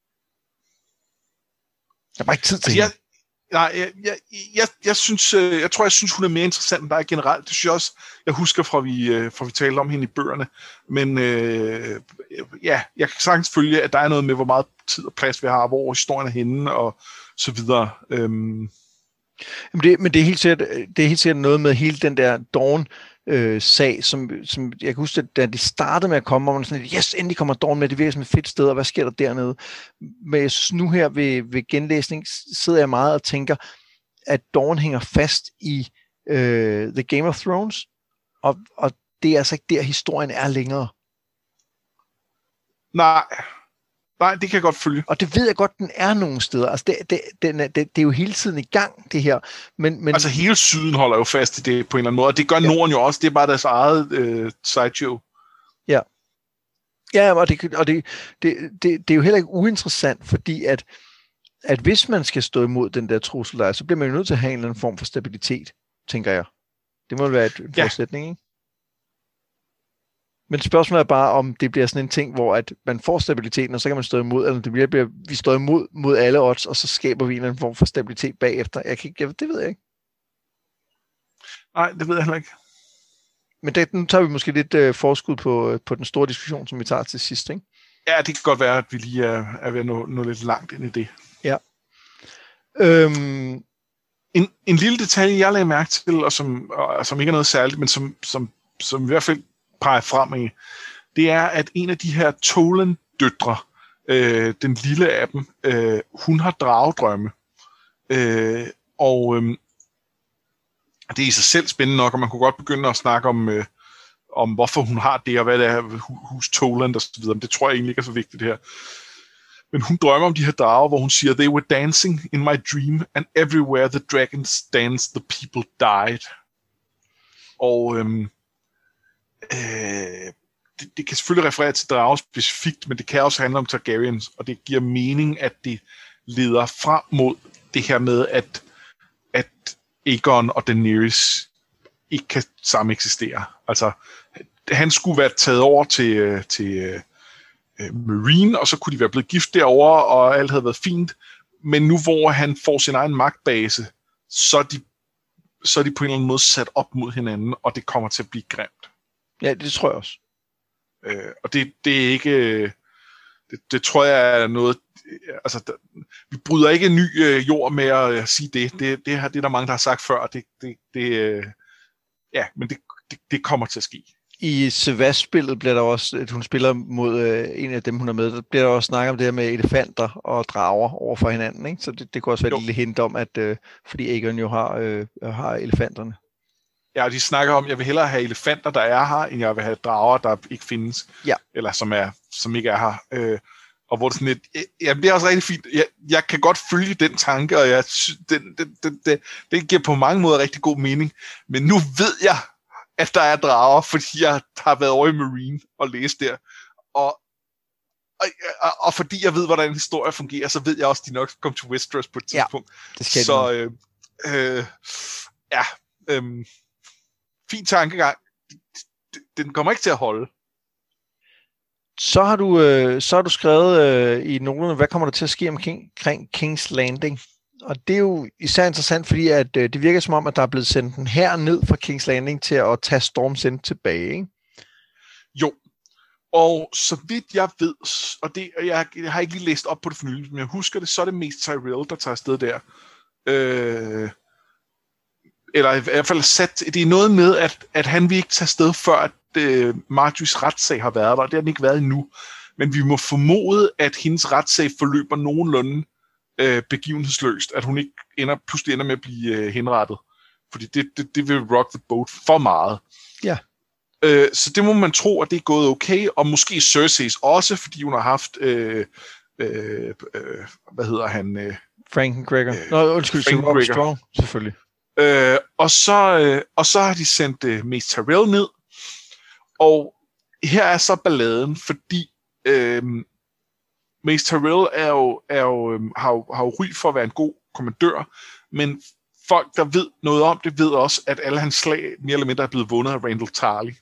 Jeg har bare ikke tid til altså, Nej, jeg, jeg, jeg, jeg, synes, jeg tror, jeg synes, hun er mere interessant end dig generelt. Det synes jeg også, jeg husker fra vi, fra vi talte om hende i bøgerne. Men øh, ja, jeg kan sagtens følge, at der er noget med, hvor meget tid og plads vi har, hvor historien er henne og så videre. Øhm. Men, det, men det er helt sikkert, det er helt sikkert noget med hele den der Dawn øh, sag, som, som jeg kan huske, da det startede med at komme, og man sådan, yes, endelig kommer Dawn med, det virker som et fedt sted, og hvad sker der dernede? Men jeg synes nu her ved, ved genlæsning, sidder jeg meget og tænker, at Dawn hænger fast i øh, The Game of Thrones, og, og det er altså ikke der, historien er længere. Nej, nej, det kan jeg godt følge. Og det ved jeg godt, den er nogle steder. Altså, det, det, den er, det, det er jo hele tiden i gang, det her. Men, men... Altså, hele syden holder jo fast i det på en eller anden måde, og det gør ja. Norden jo også. Det er bare deres eget øh, sideshow. Ja. Ja, og, det, og det, det, det, det er jo heller ikke uinteressant, fordi at, at hvis man skal stå imod den der trussel, der er, så bliver man jo nødt til at have en eller anden form for stabilitet, tænker jeg. Det må være et, en ja. forudsætning, ikke? Men spørgsmålet er bare, om det bliver sådan en ting, hvor at man får stabiliteten, og så kan man stå imod, eller det bliver, vi står imod mod alle odds, og så skaber vi en eller anden form for stabilitet bagefter. Jeg kan ikke, jeg, det ved jeg ikke. Nej, det ved jeg heller ikke. Men det, nu tager vi måske lidt øh, forskud på, på den store diskussion, som vi tager til sidst, ikke? Ja, det kan godt være, at vi lige er, er ved at nå, nå lidt langt ind i det. Ja. Øhm... En, en lille detalje, jeg lagde mærke til, og som, og, som ikke er noget særligt, men som, som, som i hvert fald peger frem i, det er, at en af de her Tolan-døtre, øh, den lille af dem, øh, hun har dragedrømme. Øh, og øh, det er i sig selv spændende nok, og man kunne godt begynde at snakke om, øh, om hvorfor hun har det, og hvad det er, hus Toland og så videre. Men det tror jeg egentlig ikke er så vigtigt her. Men hun drømmer om de her drager, hvor hun siger, they were dancing in my dream, and everywhere the dragons danced, the people died. Og øhm, øh, det, det kan selvfølgelig referere til drager specifikt, men det kan også handle om Targaryens, og det giver mening, at det leder frem mod det her med, at, at Aegon og Daenerys ikke kan sammen eksistere. Altså, han skulle være taget over til, til Marine, og så kunne de være blevet gift derovre, og alt havde været fint. Men nu hvor han får sin egen magtbase, så er de, så er de på en eller anden måde sat op mod hinanden, og det kommer til at blive grimt. Ja, det tror jeg også. Øh, og det, det er ikke... Det, det tror jeg er noget... Altså, der, vi bryder ikke en ny øh, jord med at øh, sige det. Det, det, det er der mange, der har sagt før. Det, det, det, øh, ja, men det, det, det kommer til at ske. I Sevas-spillet bliver der også, at hun spiller mod øh, en af dem, hun er med, der bliver der også snakket om det her med elefanter og drager over for hinanden, ikke? Så det, det kunne også være jo. Et lille hint om, at øh, fordi Aegon jo har, øh, har elefanterne. Ja, de snakker om, at jeg vil hellere have elefanter, der er her, end jeg vil have drager, der ikke findes. Ja. Eller som, er, som ikke er her. Øh, Og hvor det sådan et, ja, det er også rigtig fint. Jeg, jeg kan godt følge den tanke, og jeg, den, den, den, den, den giver på mange måder rigtig god mening. Men nu ved jeg, at der er drager, fordi jeg har været over i Marine og læst der. Og, og, og, og fordi jeg ved, hvordan en historie fungerer, så ved jeg også, at de nok skal komme til Westeros på et tidspunkt. Ja, det skal så øh, øh, ja, øh, fin tankegang. Den kommer ikke til at holde. Så har du, øh, så har du skrevet øh, i noterne, hvad kommer der til at ske omkring King's Landing? Og det er jo især interessant, fordi at, øh, det virker som om, at der er blevet sendt en hær ned fra King's Landing til at tage Storm's End tilbage, ikke? Jo, og så vidt jeg ved, og det, jeg, jeg har ikke lige læst op på det for nylig, men jeg husker det, så er det mest Tyrell, der tager afsted der. Øh, eller i hvert fald sat, det er noget med, at, at han vil ikke tage afsted før, at øh, Marjorie's retssag har været der, og det har den ikke været endnu. Men vi må formode, at hendes retssag forløber nogenlunde øh, begivenhedsløst, at hun ikke ender, pludselig ender med at blive øh, henrettet. Fordi det, det, det vil rock the boat for meget. Ja. Øh, så det må man tro, at det er gået okay, og måske Cerseis også, fordi hun har haft, øh, øh, øh, hvad hedder han? Øh, Frank Gregor. Øh, Nå, undskyld, Frank Robert Strong, selvfølgelig. Øh, og, så, øh, og så har de sendt øh, Mace Tyrell ned, og her er så balladen, fordi øh, Mace Tyrell er jo, er jo, øh, har, jo, har jo ry for at være en god kommandør, men folk, der ved noget om det, ved også, at alle hans slag mere eller mindre er blevet vundet af Randall Tarly.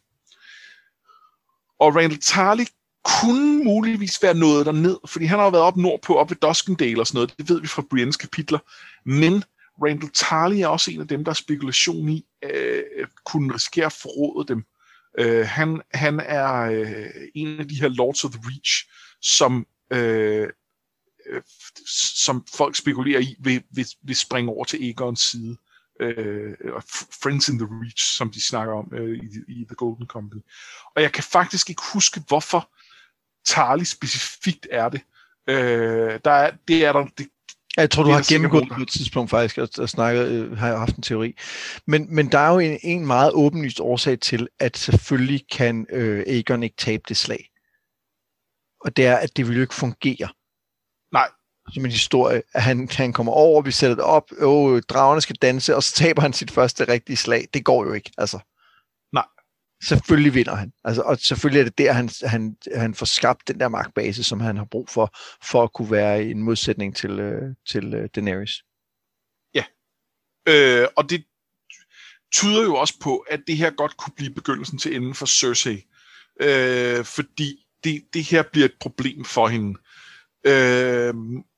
Og Randall Tarly kunne muligvis være noget derned, fordi han har jo været op nordpå, op ved Duskendale og sådan noget, det ved vi fra Briennes kapitler, men Randall Tarly er også en af dem, der er spekulation i, øh, kunne risikere at forråde dem. Øh, han, han er øh, en af de her Lords of the Reach, som, øh, øh, som folk spekulerer i, vil, vil, vil springe over til Aegons side. Øh, Friends in the Reach, som de snakker om øh, i, i The Golden Company. Og jeg kan faktisk ikke huske, hvorfor Tarly specifikt er det. Øh, der er, det er der... Det, Jeg tror, du har gennemgået på et tidspunkt faktisk, og, og snakket, øh, har jeg haft en teori. Men, men der er jo en, en meget åbenlyst årsag til, at selvfølgelig kan øh, Aegon ikke tabe det slag. Og det er, at det vil jo ikke fungere. Nej. Som en historie, at han, han kommer over, vi sætter det op, og dragerne skal danse, og så taber han sit første rigtige slag. Det går jo ikke, altså. Nej. Selvfølgelig vinder han. Altså, og selvfølgelig er det der, han, han, han får skabt den der magtbase, som han har brug for, for at kunne være i en modsætning til, øh, til øh, Daenerys. Ja. Øh, og det tyder jo også på, at det her godt kunne blive begyndelsen til enden for Cersei. Øh, fordi det, det her bliver et problem for hende. Øh,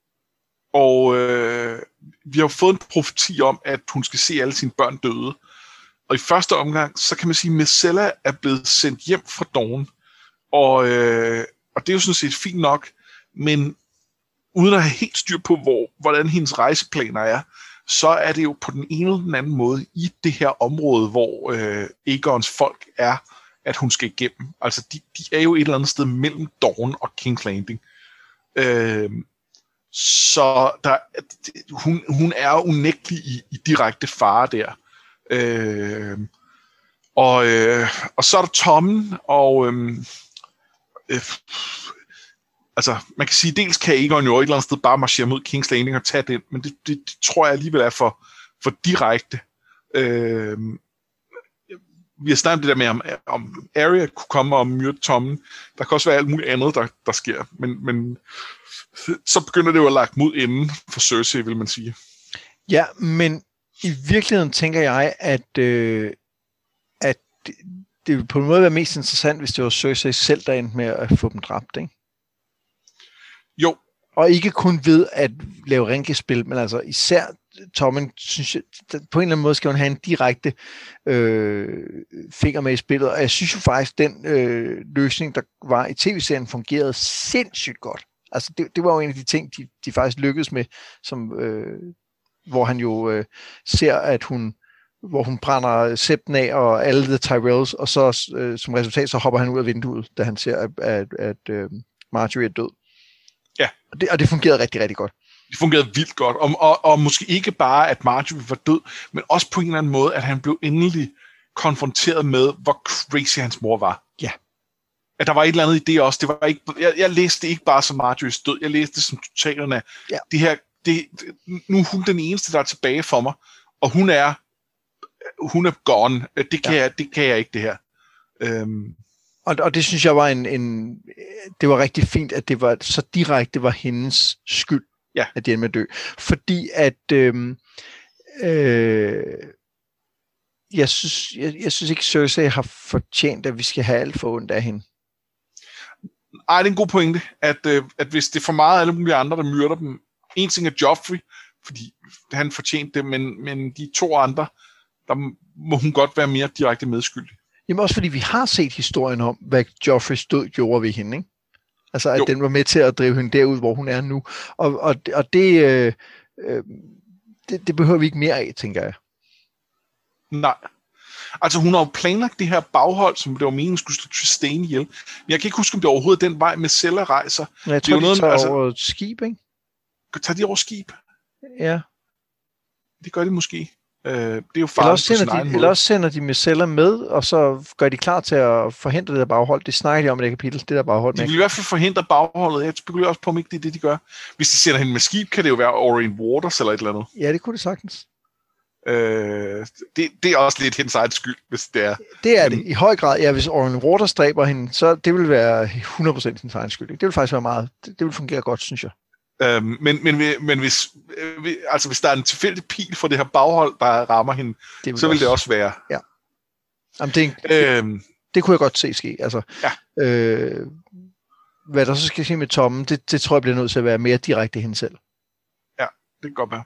og øh, vi har jo fået en profeti om, at hun skal se alle sine børn døde. Og i første omgang, så kan man sige, at Myrcella er blevet sendt hjem fra Dawn. Og, øh, og det er jo sådan set fint nok, men uden at have helt styr på, hvor, hvordan hendes rejseplaner er, så er det jo på den ene eller den anden måde i det her område, hvor øh, Aegons folk er, at hun skal igennem. Altså, de, de er jo et eller andet sted mellem Dawn og King's Landing. Øh, så der, hun, hun er jo unægtelig i, i direkte fare der. Øh, og, øh, og så er der Tommen, og øh, øh, altså, man kan sige, dels kan Aegon jo et eller andet sted bare marchere mod King's Landing og tage den, men det, det, det tror jeg alligevel er for, for direkte. Øh, vi har snakket det der med, om, om Arya kunne komme og myrde Tommen. Der kan også være alt muligt andet, der, der sker, men, men så begynder det jo at lagt mod enden for Cersei, vil man sige. Ja, men i virkeligheden tænker jeg, at, øh, at det, det ville på en måde være mest interessant, hvis det var Cersei selv, der endte med at få dem dræbt, ikke? Jo. Og ikke kun ved at lave rænkespil, men altså især Tommen, synes jeg, på en eller anden måde skal hun have en direkte øh, finger med i spillet. Og jeg synes jo faktisk, den øh, løsning, der var i tv-serien, fungerede sindssygt godt. Altså det, det var jo en af de ting, de, de faktisk lykkedes med, som... Øh, hvor han jo øh, ser, at hun, hvor hun brænder septen af, og alle de Tyrells, og så øh, som resultat, så hopper han ud af vinduet, da han ser, at, at, at øh, Marjorie er død. Ja. Og det, og det fungerede rigtig, rigtig godt. Det fungerede vildt godt, og, og, og måske ikke bare, at Marjorie var død, men også på en eller anden måde, at han blev endelig konfronteret med, hvor crazy hans mor var. Ja. at der var et eller andet i det også. Det var ikke, jeg, jeg læste det ikke bare som Marjorie's død, jeg læste det som totalerne. Ja. Det her, det, nu er hun den eneste, der er tilbage for mig, og hun er, hun er gone. Det kan, ja. jeg, det kan jeg ikke, det her. Øhm. Og, og det synes jeg var en, en, det var rigtig fint, at det var så direkte var hendes skyld, ja. at de endte med at dø. Fordi at, øhm, øh, jeg, synes, jeg, jeg synes ikke, Cersei har fortjent, at vi skal have alt for ondt af hende. Ej, det er en god pointe, at, øh, at hvis det er for meget alle mulige andre, der myrder dem, en ting er Joffrey, fordi han fortjente det, men, men de to andre, der må hun godt være mere direkte medskyldig. Jamen også fordi vi har set historien om, hvad Joffreys død gjorde ved hende, ikke? Altså at jo. Den var med til at drive hende derud, hvor hun er nu. Og, og, og det, øh, øh, det, det behøver vi ikke mere af, tænker jeg. Nej. Altså hun har jo planlagt det her baghold, som det var meningen skulle slå Trystane ihjel. Men jeg kan ikke huske, om det er overhovedet den vej med Myrcella rejser. Ja, jeg tror, det de noget, tager altså, over skib, ikke? Tager de over skib? Ja. Det gør de måske. Øh, det er jo eller, også sender de, eller også sender de Myrcella med, og så gør de klar til at forhindre det der baghold. Det snakker de om i det kapitel, det der baghold. De vil i hvert fald forhindre bagholdet. Jeg spekulerer også på, om ikke det er det, de gør. Hvis de sender hende med skib, kan det jo være Oberyn Waters eller et eller andet. Ja, det kunne det sagtens. Øh, det, det er også lidt hendes egen skyld, hvis det er. Det er det. I høj grad, ja, hvis Oberyn Waters dræber hende, så det vil være hundrede procent hendes egen skyld. Ikke? Det vil faktisk være meget, det, det vil fungere godt, synes jeg. Øhm, men, men, men hvis, øh, altså hvis der er en tilfældig pil for det her baghold, der rammer hende, vil så vil også, det også være. Ja. Jamen, det, øhm, det kunne jeg godt se ske. Altså, ja. øh, hvad der så skal ske med Tommen, det, det tror jeg bliver nødt til at være mere direkte hende selv. Ja, det kan godt være.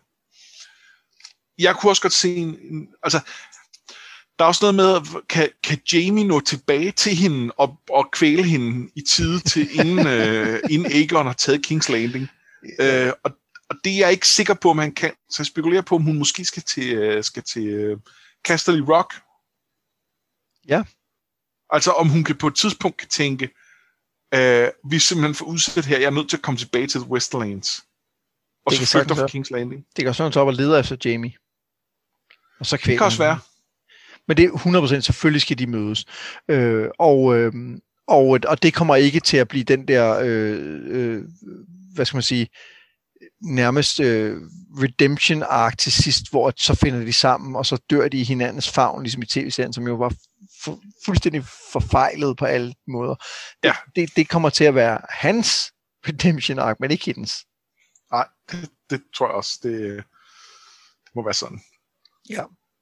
Jeg kunne også godt se en, en altså der er også noget med, kan, kan Jaime nå tilbage til hende og, og kvæle hende i tide til inden, øh, inden Aegon har taget King's Landing. Øh, og, og det er jeg ikke sikker på, om han kan. Så jeg spekulerer på, om hun måske skal til, skal til uh, Casterly Rock. Ja. Altså om hun kan på et tidspunkt kan tænke, øh, vi er simpelthen for udsat her, jeg er nødt til at komme tilbage til The Westerlands. Og det så flygter fra King's Landing. Det kan sådan tage op og leder efter Jaime. Og så kvæler. Det kan også være. Men det er hundrede procent, selvfølgelig skal de mødes. Øh, og, øh, og, og det kommer ikke til at blive den der, øh, øh, hvad skal man sige, nærmest øh, redemption arc til sidst, hvor så finder de sammen, og så dør de i hinandens favn, ligesom i tv-serien, som jo var fu- fuldstændig forfejlet på alle måder. Ja. Det, det, det kommer til at være hans redemption arc, men ikke hendes. Nej, det, det tror jeg også, det, det må være sådan. Ja.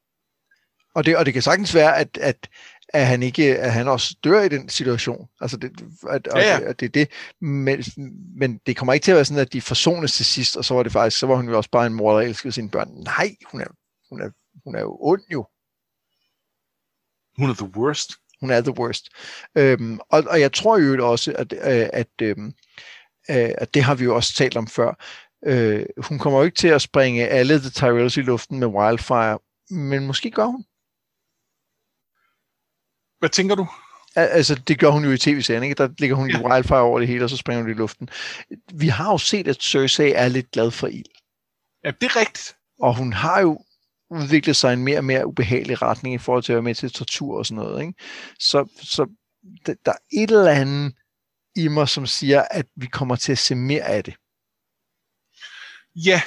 Og det, og det kan sagtens være, at, at, at, han ikke, at han også dør i den situation. Altså det, at, ja, ja. At det er det. Men, men det kommer ikke til at være sådan, at de forsones til sidst, og så var det faktisk, så var hun jo også bare en mor, der elskede sine børn. Nej, hun er, hun er, hun er jo ond jo. Hun er the worst. Hun er the worst. Øhm, og, og jeg tror jo også, at, at, at, øhm, at det har vi jo også talt om før. Øh, hun kommer jo ikke til at springe alle The Tyrells i luften med Wildfire, men måske gør hun. Hvad tænker du? Al- altså, det gør hun jo i tv-serien, ikke? Der ligger hun ja. i Wildfire over det hele, og så springer hun i luften. Vi har jo set, at Cersei er lidt glad for ild. Ja, det er rigtigt. Og hun har jo udviklet sig en mere og mere ubehagelig retning i forhold til at være med til tortur og sådan noget, ikke? Så, så der er et eller andet i mig, som siger, at vi kommer til at se mere af det. Ja.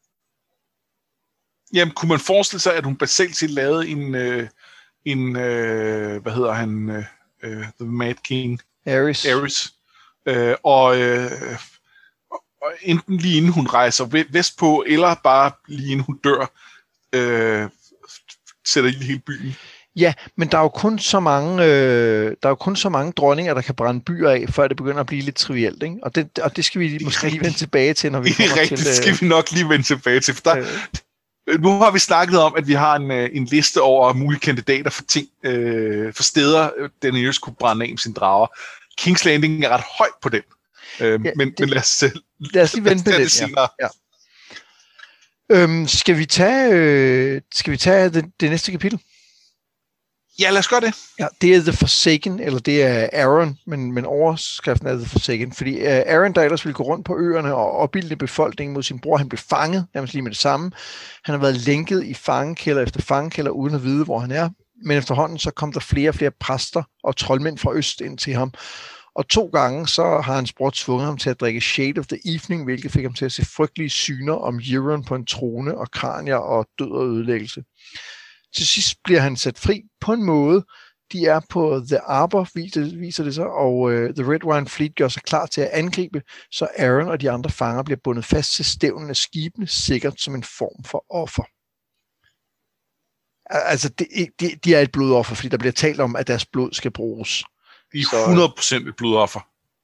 Jamen, kunne man forestille sig, at hun basalt set lavede en, øh, en øh, hvad hedder han, øh, The Mad King? Aerys. Aerys. Øh, og, øh, og enten lige inden hun rejser vestpå, eller bare lige inden hun dør, øh, sætter ild i hele byen. Ja, men der er jo kun så mange, øh, der er jo kun så mange dronninger, der kan brænde byer af, før det begynder at blive lidt trivielt, ikke? Og det, og det skal vi måske rigtigt. lige vende tilbage til, når vi kommer det er rigtigt, til. Det skal vi nok lige vende tilbage til, for der, øh. nu har vi snakket om, at vi har en, en liste over mulige kandidater for ting, øh, for steder, Daenerys kunne brænde af med sine drager. King's Landing er ret højt på den, øh, ja, men, det, men lad os, lad os lige vente på det. det ja. Ja. Øhm, skal vi tage, øh, skal vi tage det, det næste kapitel? Ja, lad os gøre det. Ja, det er The Forsaken, eller det er Aaron, men, men overskriften er The Forsaken, fordi uh, Aaron, der ellers ville gå rundt på øerne og opbilde befolkningen mod sin bror, han blev fanget, nærmest lige med det samme. Han har været lænket i fangekælder efter fangekælder, uden at vide, hvor han er. men efterhånden så kom der flere og flere præster og troldmænd fra øst ind til ham. Og to gange så har hans bror tvunget ham til at drikke Shade of the Evening, hvilket fik ham til at se frygtelige syner om Euron på en trone og kranier og død og ødelæggelse. Til sidst bliver han sat fri på en måde. De er på The Arbor, viser, viser det sig, og uh, The Red Wine Fleet gør sig klar til at angribe, så Aaron og de andre fanger bliver bundet fast til stævnen af skibene, sikkert som en form for offer. Altså, de, de, de er et blodoffer, fordi der bliver talt om, at deres blod skal bruges. De er hundrede procent et blodoffer.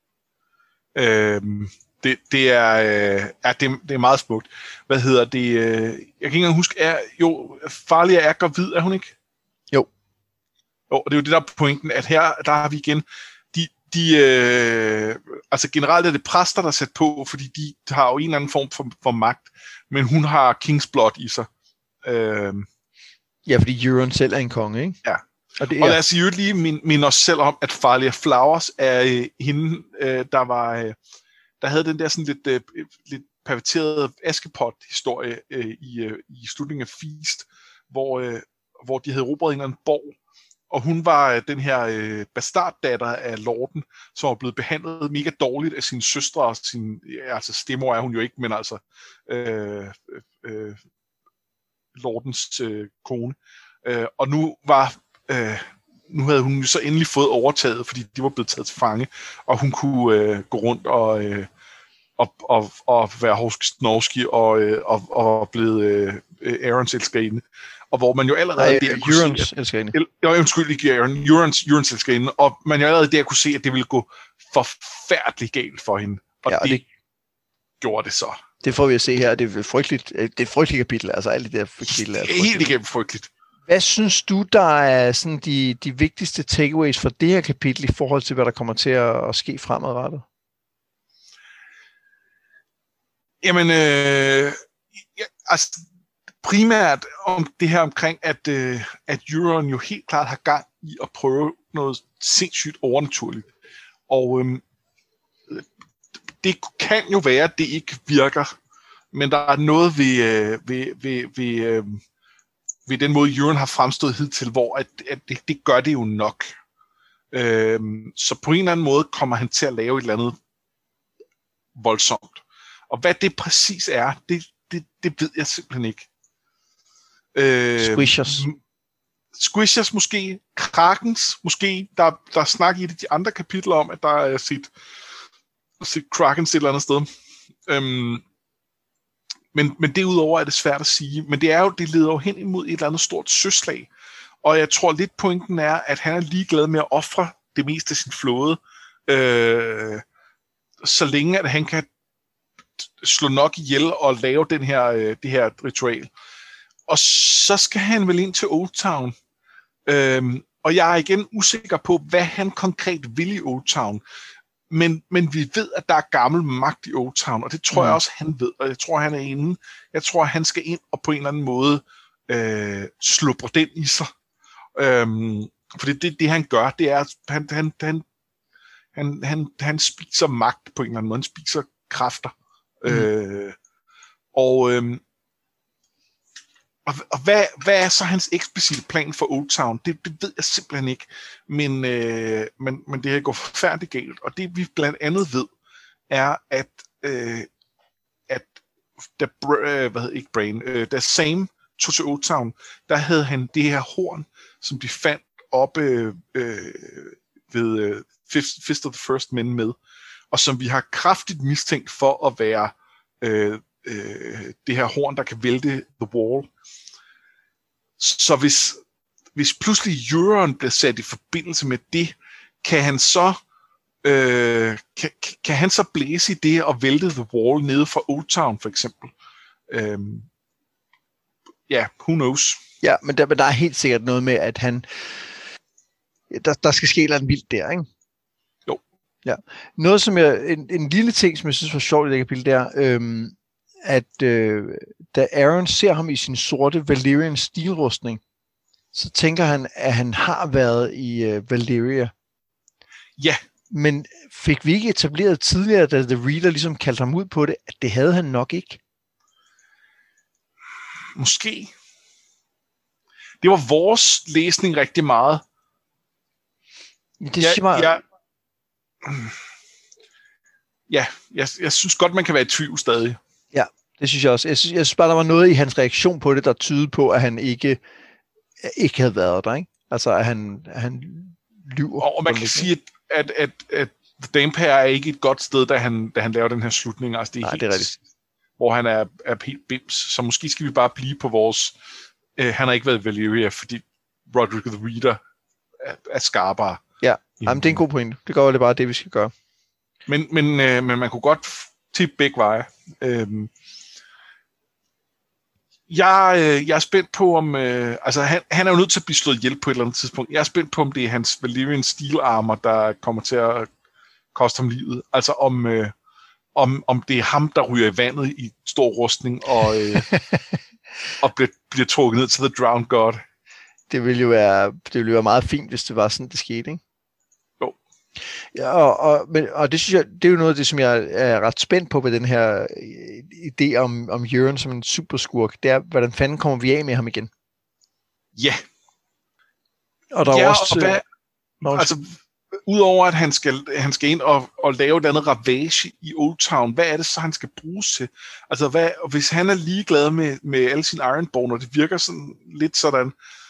Øhm, det, det, er, øh, er, det, det er meget smukt. Hvad hedder det? Øh, jeg kan ikke engang huske, er, jo, Farlige er gravid, er hun ikke? Jo. Jo, og det er jo det, der er pointen, at her, der har vi igen, de, de øh, altså generelt er det præster, der er sat på, fordi de har jo en eller anden form for, for magt, men hun har King's Blood i sig. Øhm, ja, fordi Euron selv er en konge, ikke? Ja. Og, det, og ja. lad os jo lige minde, minde os selv om, at Farlige Flowers er øh, hende, øh, der var, øh, der havde den der sådan lidt, øh, lidt perverterede Askepot-historie øh, i, øh, i slutningen af Feast, hvor, øh, hvor de havde erobret en eller anden borg, og hun var øh, den her øh, bastarddatter af lorden, som var blevet behandlet mega dårligt af sine søstre, og sin, ja, altså stemmer er hun jo ikke, men altså øh, øh, lordens øh, kone. Øh, og nu var øh, nu havde hun så endelig fået overtaget, fordi de var blevet taget til fange, og hun kunne øh, gå rundt og, øh, og, og, og være hovsnorski og, øh, og, og blevet øh, Aarons elskerinde. Og hvor man jo allerede Nej, der kunne Eurons se, at, elskerinde. Ja, undskyld, ikke Aaron, Eurons, Eurons elskerinde, og man jo allerede der kunne se, at det ville gå forfærdeligt galt for hende. Og ja, og det, det gjorde det så. Det får vi at se her, det er frygteligt, det er et frygteligt kapitel, altså alt det der kapitel er Det er helt igennem frygteligt. Hvad synes du, der er sådan de, de vigtigste takeaways for det her kapitel i forhold til, hvad der kommer til at, at ske fremadrettet? Jamen, øh, ja, altså primært om det her omkring, at, øh, at Euron jo helt klart har gang i at prøve noget sindssygt overnaturligt. Og øh, det kan jo være, at det ikke virker, men der er noget ved, øh, ved, ved, ved, øh, ved den måde, Euron har fremstået hidtil, hvor at, at det, det gør det jo nok. Øh, så på en eller anden måde kommer han til at lave et eller andet voldsomt. Og hvad det præcis er, det, det, det ved jeg simpelthen ikke. Øh, Squishers. Squishers måske, Krakens måske, der, der er snak i det, de andre kapitler om, at der er set, set Krakens et eller andet sted. Øhm, men, men derudover er det svært at sige, men det er jo, det leder jo hen imod et eller andet stort søslag, og jeg tror lidt pointen er, at han er ligeglad med at ofre det meste af sin flåde, øh, så længe at han kan slå nok ihjel og lave den her, øh, det her ritual. Og så skal han vel ind til Old Town. Øhm, og jeg er igen usikker på, hvad han konkret vil i Old Town. Men, men vi ved, at der er gammel magt i Old Town, og det tror mm. jeg også, han ved. Og jeg tror, han er inde. Jeg tror, han skal ind og på en eller anden måde øh, slubre den i sig. Øhm, for det, det, det, han gør, det er, at han, han, han, han, han, han spiser magt på en eller anden måde. Han spiser kræfter. Mm. Øh, og... Øh, Og, og hvad, hvad er så hans eksplicite plan for Old Town? Det, det ved jeg simpelthen ikke. Men, øh, men, men det her går forfærdeligt galt. Og det vi blandt andet ved, er, at, øh, at da, øh, hvad hedder ikke Brain, øh, da Sam tog til Old Town, der havde han det her horn, som de fandt oppe øh, ved øh, Fist, Fist of the First Men med, og som vi har kraftigt mistænkt for at være øh, øh, det her horn, der kan vælte The Wall. Så hvis, hvis pludselig Euron bliver sat i forbindelse med det, kan han så øh, kan, kan han så blæse i det og vælte The Wall nede fra Old Town for eksempel. Øhm, ja, yeah, who knows? Ja, men der, men der er helt sikkert noget med, at han der, der skal ske noget vildt der, ikke? Jo. Ja. Noget som jeg, en, en lille ting, som jeg synes var sjovt i det kapitel, der øhm, at øh, da Aaron ser ham i sin sorte Valyrian stilrustning, så tænker han, at han har været i øh, Valyria. Ja. Men fik vi ikke etableret tidligere, da The Reader ligesom kaldte ham ud på det, at det havde han nok ikke? Måske. det var vores læsning rigtig meget. Det jeg, jeg, jeg, ja, jeg, jeg synes godt, man kan være i tvivl stadig. Ja, det synes jeg også. Jeg synes, jeg synes bare, der var noget i hans reaktion på det, der tydede på, at han ikke, ikke havde været der, ikke? Altså, at han, at han lyver. Og man kan sige, at, at, at The Dampere er ikke et godt sted, da han, da han laver den her slutning. Altså, det er Nej, helt, det er rigtigt. Hvor han er, er helt bims. Så måske skal vi bare blive på vores... Øh, han har ikke været i Valyria, fordi Roderick the Reader er, er skarpere. Ja, jamen, det er en god pointe. Det går jo bare det, vi skal gøre. Men, men, øh, men man kunne godt tippe begge veje. Øhm, jeg, øh, jeg er spændt på, om... Øh, altså, han, han er jo nødt til at blive slået ihjel på et eller andet tidspunkt. Jeg er spændt på, om det er hans Valyrian steel armor, der kommer til at koste ham livet. Altså, om, øh, om, om det er ham, der ryger i vandet i stor rustning og, øh, og bliver, bliver trukket ned til The Drowned God. Det ville jo være, det ville jo være meget fint, hvis det var sådan, det skete, ikke? Jo. Ja, og, og, men, og det synes jeg, det er jo noget af det, som jeg er ret spændt på ved den her idé om, om Euron som en superskurk. Det er, hvordan fanden kommer vi af med ham igen? Ja. Og der ja, er også... Og hvad, øh, altså, udover at han skal, han skal ind og, og lave et andet ravage i Old Town, hvad er det så, han skal bruges til? Altså, hvad, hvis han er ligeglad med, med alle sine Ironborn, og det virker sådan lidt sådan,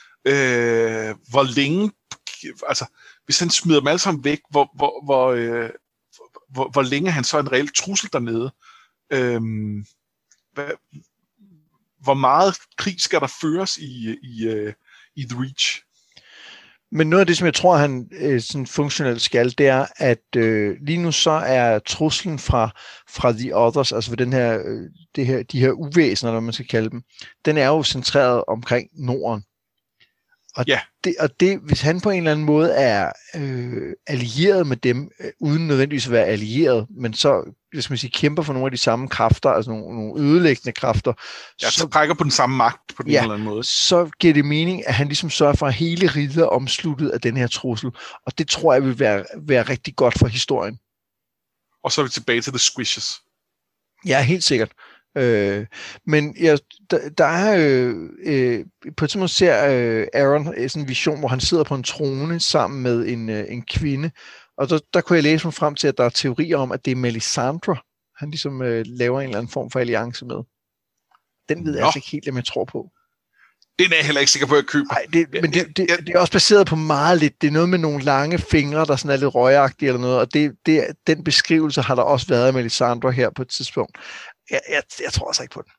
øh, hvor længe, altså, hvis han smider dem alle sammen væk, hvor, hvor, hvor, øh, hvor, hvor længe er han så en reel trussel dernede? Øh, hvad, hvor meget krig skal der føres i, i, øh, i The Reach? Men noget af det, som jeg tror, han øh, sådan funktionelt skal, det er, at øh, lige nu så er truslen fra, fra The Others, altså for den her, øh, det her, de her uvæsener, eller hvad man skal kalde dem, den er jo centreret omkring Norden. Og, ja. det, og det, hvis han på en eller anden måde er øh, allieret med dem, øh, uden nødvendigvis at være allieret, men så hvis man siger, kæmper for nogle af de samme kræfter, altså nogle, nogle ødelæggende kræfter. Ja, så trækker på den samme magt på den ja, eller anden måde. Så giver det mening, at han ligesom sørger for, at hele riget er omsluttet af den her trussel. Og det tror jeg vil være, være rigtig godt for historien. Og så er vi tilbage til The Squishes. Ja, helt sikkert. Øh, men ja, der, der er øh, øh, på et tidspunkt ser øh, Aaron sådan en vision, hvor han sidder på en trone sammen med en, øh, en kvinde. Og der, der kunne jeg læse mig frem til, at der er teorier om, at det er Melisandre, han ligesom øh, laver en eller anden form for alliance med. Den ved jeg altså ikke helt, om jeg tror på. Den er jeg heller ikke sikker på, at jeg køber. Nej, det, men det, det, det er også baseret på meget lidt. Det er noget med nogle lange fingre, der sådan er lidt røgagtige eller noget, og det, det, den beskrivelse har der også været af Melisandre her på et tidspunkt. Jeg, jeg, jeg tror altså ikke på den.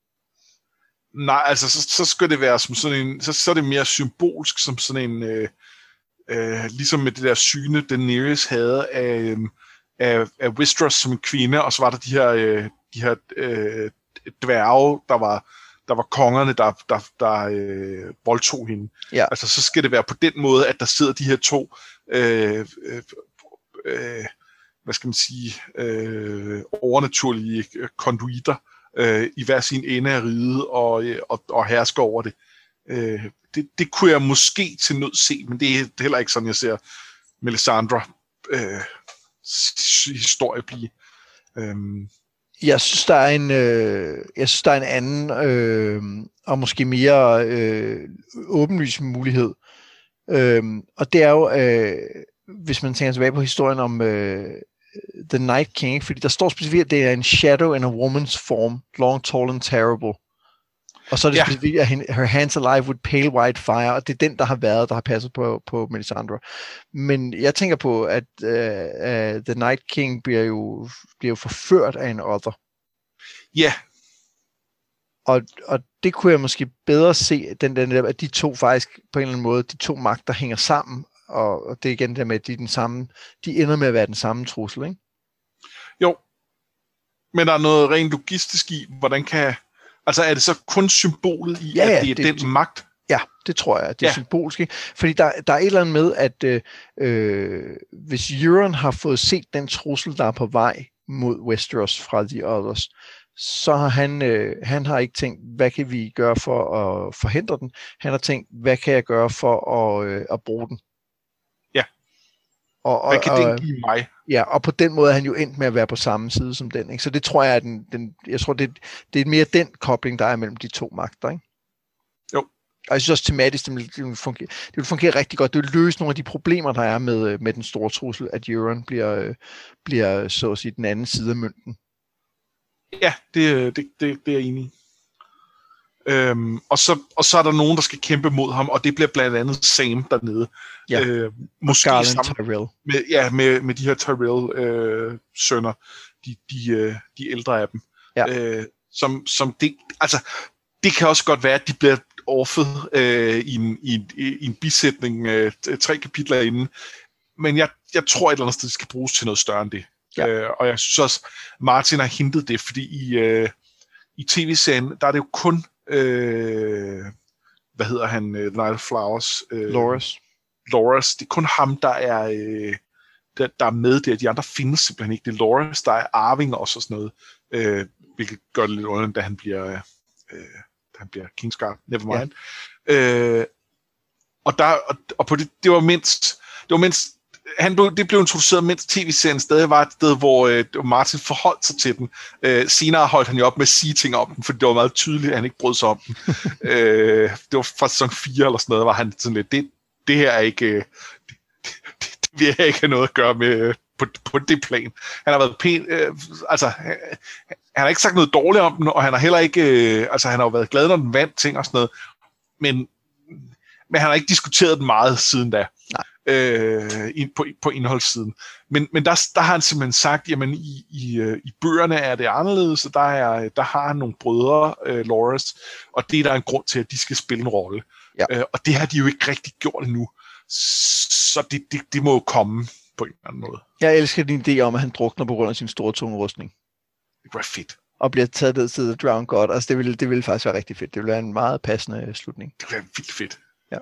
Nej, altså så, så skal det være som sådan en, så, så er det mere symbolsk som sådan en, øh, øh, ligesom med det der syne, Daenerys havde af, af, af Westeros som en kvinde, og så var der de her, øh, de her øh, dværge, der var, der var kongerne, der, der, der øh, voldtog hende. Ja. Altså så skal det være på den måde, at der sidder de her to øh, øh, øh, hvad skal man sige, øh, overnaturlige konduiter øh, i hver sin ende af riget og, og, og hersker over det. Øh, det. Det kunne jeg måske til nød se, men det er heller ikke sådan, jeg ser Melisandre øh, historie blive. Øhm. Jeg synes, der er en, øh, jeg synes, der er en anden øh, og måske mere øh, åbenlys mulighed. Øh, og det er jo, øh, hvis man tænker tilbage på historien om øh, The Night King, fordi der står specifikt, at det er en shadow in a woman's form, long, tall and terrible. Og så er det ja. specifikt, at her hands alive with pale white fire, og det er den, der har været, der har passet på, på Melisandre. Men jeg tænker på, at uh, uh, The Night King bliver jo, bliver jo forført af en other. Ja. Og, og det kunne jeg måske bedre se, den, den der, at de to faktisk på en eller anden måde, de to magter hænger sammen, og, og det er igen det med, at de, er den samme, de ender med at være den samme trussel, ikke? Jo. Men der er noget rent logistisk i, hvordan kan... Altså er det så kun symbolet i, ja, ja, at det er det, den magt? Ja, det tror jeg, det er ja. symbolisk. Ikke? Fordi der, der er et eller andet med, at øh, hvis Euron har fået set den trussel, der er på vej mod Westeros fra The Others, så har han, øh, han har ikke tænkt, hvad kan vi gøre for at forhindre den? Han har tænkt, hvad kan jeg gøre for at, øh, at bruge den? Ja. Og, og, hvad kan den give mig? Ja, og på den måde er han jo endt med at være på samme side som den. Ikke? Så det tror jeg, at den, den, jeg tror, det, det er mere den kobling, der er mellem de to magter. Ikke? Jo. Og jeg synes også tematisk, det vil, det vil, fungere, det vil fungere rigtig godt. Det vil løse nogle af de problemer, der er med, med den store trussel, at Euron bliver, bliver så at sige, den anden side af mønten. Ja, det, det, det, det er jeg enig i. Øhm, og, så, og så er der nogen, der skal kæmpe mod ham, og det bliver blandt andet Sam dernede. Ja, øh, måske Garland sammen Tyrell. med, ja, med, med de her Tyrell-sønner, øh, de, de, øh, de ældre af dem. Ja. Øh, som, som det, altså, det kan også godt være, at de bliver orfet øh, i, en, i, en, i en bisætning øh, tre kapitler inden. Men jeg, jeg tror et eller andet sted, det skal bruges til noget større end det. Ja. Øh, og jeg synes også, Martin har hintet det, fordi i, øh, i tv-serien, der er det jo kun øh, hvad hedder han? Uh, Night of Flowers. Uh, Loras. Loras. Det er kun ham, der er, uh, der, der er med der. De andre findes simpelthen ikke. Det er Loras, der er arving også og sådan noget. Uh, hvilket gør det lidt underligt, da han bliver, uh, da han bliver Kingsguard. Never mind. Ja. Uh, og der, og, og på det, det var mindst, det var mindst han blev, det blev introduceret, mens tv-serien stadig var et sted, hvor øh, Martin forholdt sig til den. Øh, senere holdt han jo op med at sige ting om den, for det var meget tydeligt, at han ikke brød sig om den. øh, det var fra sæson fire eller sådan noget, var han sådan lidt, det, det her er ikke, øh, det, det, det vil jeg ikke have noget at gøre med øh, på, på det plan. Han har været pæn, øh, altså, han, han har ikke sagt noget dårligt om den, og han har heller ikke, øh, altså han har jo været glad, når den vandt ting og sådan noget, men, men han har ikke diskuteret den meget siden da. Nej. Øh, på, på indholdssiden. Men, men der, der har han simpelthen sagt, jamen i, i, i bøgerne er det anderledes, og der, er, der har han nogle brødre, øh, Loras, og det er der en grund til, at de skal spille en rolle. Ja. Øh, og det har de jo ikke rigtig gjort endnu. Så det, det, det må jo komme på en eller anden måde. Jeg elsker din idé om, at han drukner på grund af sin store tunge rustning. Det var fedt. Og bliver taget ned til The Drowned God. Altså det ville, det ville faktisk være rigtig fedt. Det ville være en meget passende slutning. Det ville være vildt fedt. Ja.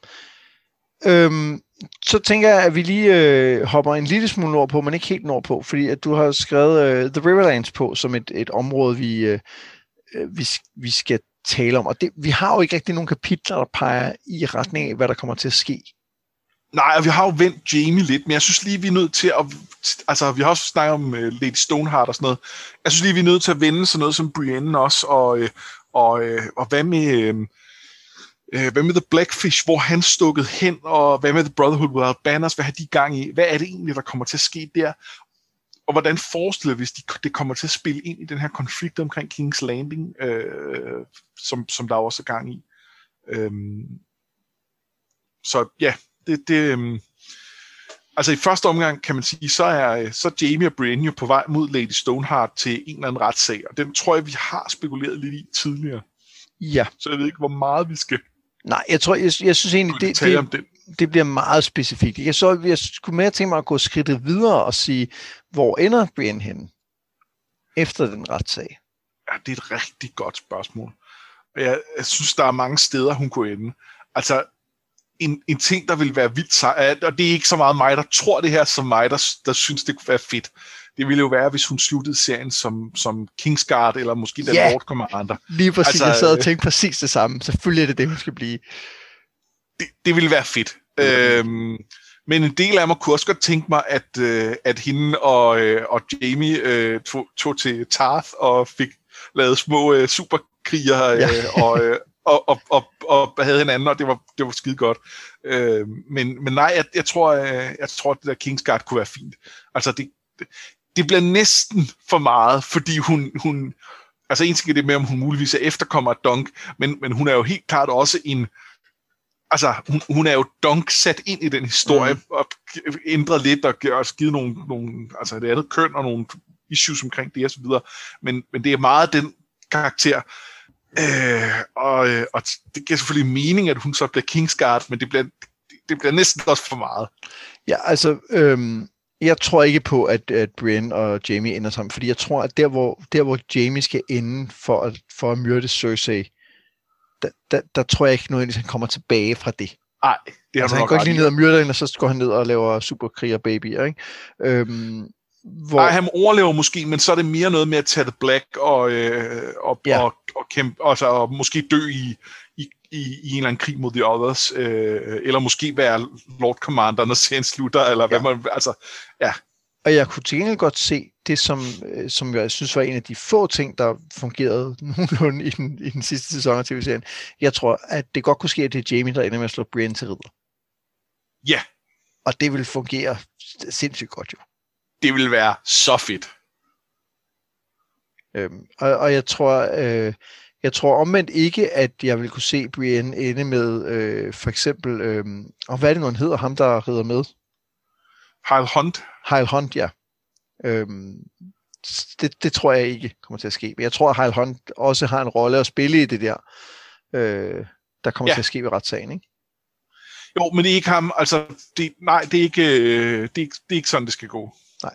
Øhm, så tænker jeg, at vi lige øh, hopper en lille smule nordpå, men ikke helt nordpå, fordi at du har skrevet øh, The Riverlands på som et, et område, vi, øh, vi, vi skal tale om. Og det, vi har jo ikke rigtig nogen kapitler, der peger i retning af, hvad der kommer til at ske. Nej, og vi har jo vendt Jaime lidt, men jeg synes lige, vi er nødt til at... Altså, vi har også snakket om uh, Lady Stoneheart og sådan noget. Jeg synes lige, vi er nødt til at vende sådan noget som Brienne også, og, øh, og, øh, og hvad med... Øh, Øh, hvad med The Blackfish, hvor han stukket hen, og hvad med The Brotherhood Without Banners, hvad har de gang i? Hvad er det egentlig, der kommer til at ske der? Og hvordan forestiller vi, hvis de, det kommer til at spille ind i den her konflikt omkring King's Landing, øh, som, som der også er gang i? Øhm, så ja, det... det øhm, altså i første omgang, kan man sige, så er så Jaime og Brienne jo på vej mod Lady Stoneheart til en eller anden retssag, og den tror jeg, vi har spekuleret lidt i tidligere. Ja. Så jeg ved ikke, hvor meget vi skal... Nej, jeg tror, jeg, jeg synes egentlig, det, det, det, det bliver meget specifikt. Jeg så, jeg skulle mere tænke mig at gå skridtet videre og sige, hvor ender Brienne henne efter den retssag? Ja, det er et rigtig godt spørgsmål. Jeg, jeg synes, der er mange steder, hun kunne ende. Altså, en, en ting, der vil være vildt sejt, og det er ikke så meget mig, der tror det her, som mig, der, der synes, det kunne være fedt. Det ville jo være, hvis hun sluttede serien som, som Kingsguard, eller måske den yeah, Lord Commander. Lige præcis, altså, jeg sad og tænkte præcis det samme. Selvfølgelig er det det, hun skal blive. Det, det ville være fedt. Mm. Øhm, men en del af mig kunne også godt tænke mig, at, øh, at hende og, øh, og Jaime øh, tog, tog til Tarth og fik lavet små øh, superkriger, øh, ja. og, øh, og, og, og, og havde hinanden, og det var, det var skide godt. Øh, men, men nej, jeg, jeg, tror, øh, jeg tror, at det der Kingsguard kunne være fint. Altså, det, det Det bliver næsten for meget, fordi hun, hun altså en ting er det med, om hun muligvis er efterkommer af Dunk, men, men hun er jo helt klart også en, altså hun, hun er jo Dunk sat ind i den historie, mm. og ændret lidt, og også givet nogle, nogle, altså det andet køn, og nogle issues omkring det og så videre, men, men det er meget den karakter, øh, og, og det giver selvfølgelig mening, at hun så bliver Kingsguard, men det bliver, det bliver næsten også for meget. Ja, altså, øhm jeg tror ikke på, at, at Brienne og Jaime ender sammen, fordi jeg tror, at der, hvor, der, hvor Jaime skal ende for at, for at myrde Cersei, der, der, der tror jeg ikke nødvendigvis, at han kommer tilbage fra det. Nej, det har altså, han går ikke lige ned og myrder hende, og så går han ned og laver superkriger babyer, ikke? Øhm, hvor... Nej, han overlever måske, men så er det mere noget med at tage The Black og, øh, og, ja. og, og, kæmpe, altså, og måske dø i, i, i, i en eller anden krig mod The Others, øh, eller måske være Lord Commander, når serien slutter, eller ja. hvad man, altså, ja. Og jeg kunne til gengæld godt se det som, øh, som jeg synes var en af de få ting, der fungerede nogenlunde i den, i den sidste sæson af T V-serien. Jeg tror, at det godt kunne ske, at det er Jaime, der ender med at slå Brienne til ridder. Ja. Yeah. Og det vil fungere sindssygt godt jo. Det vil være så fedt. Øhm, og, og jeg tror, øh, jeg tror omvendt ikke, at jeg vil kunne se Brienne ende med øh, for eksempel, øh, og hvad er det nu, han hedder, ham der rider med? Hyle Hunt. Hyle Hunt, ja. Øhm, det, det tror jeg ikke kommer til at ske. Men jeg tror, at Hyle Hunt også har en rolle at spille i det der, øh, der kommer ja. til at ske ved retssagen, ikke? Jo, men det er ikke ham. Altså, det, nej, det er, ikke, det, er ikke, det er ikke sådan, det skal gå. Nej.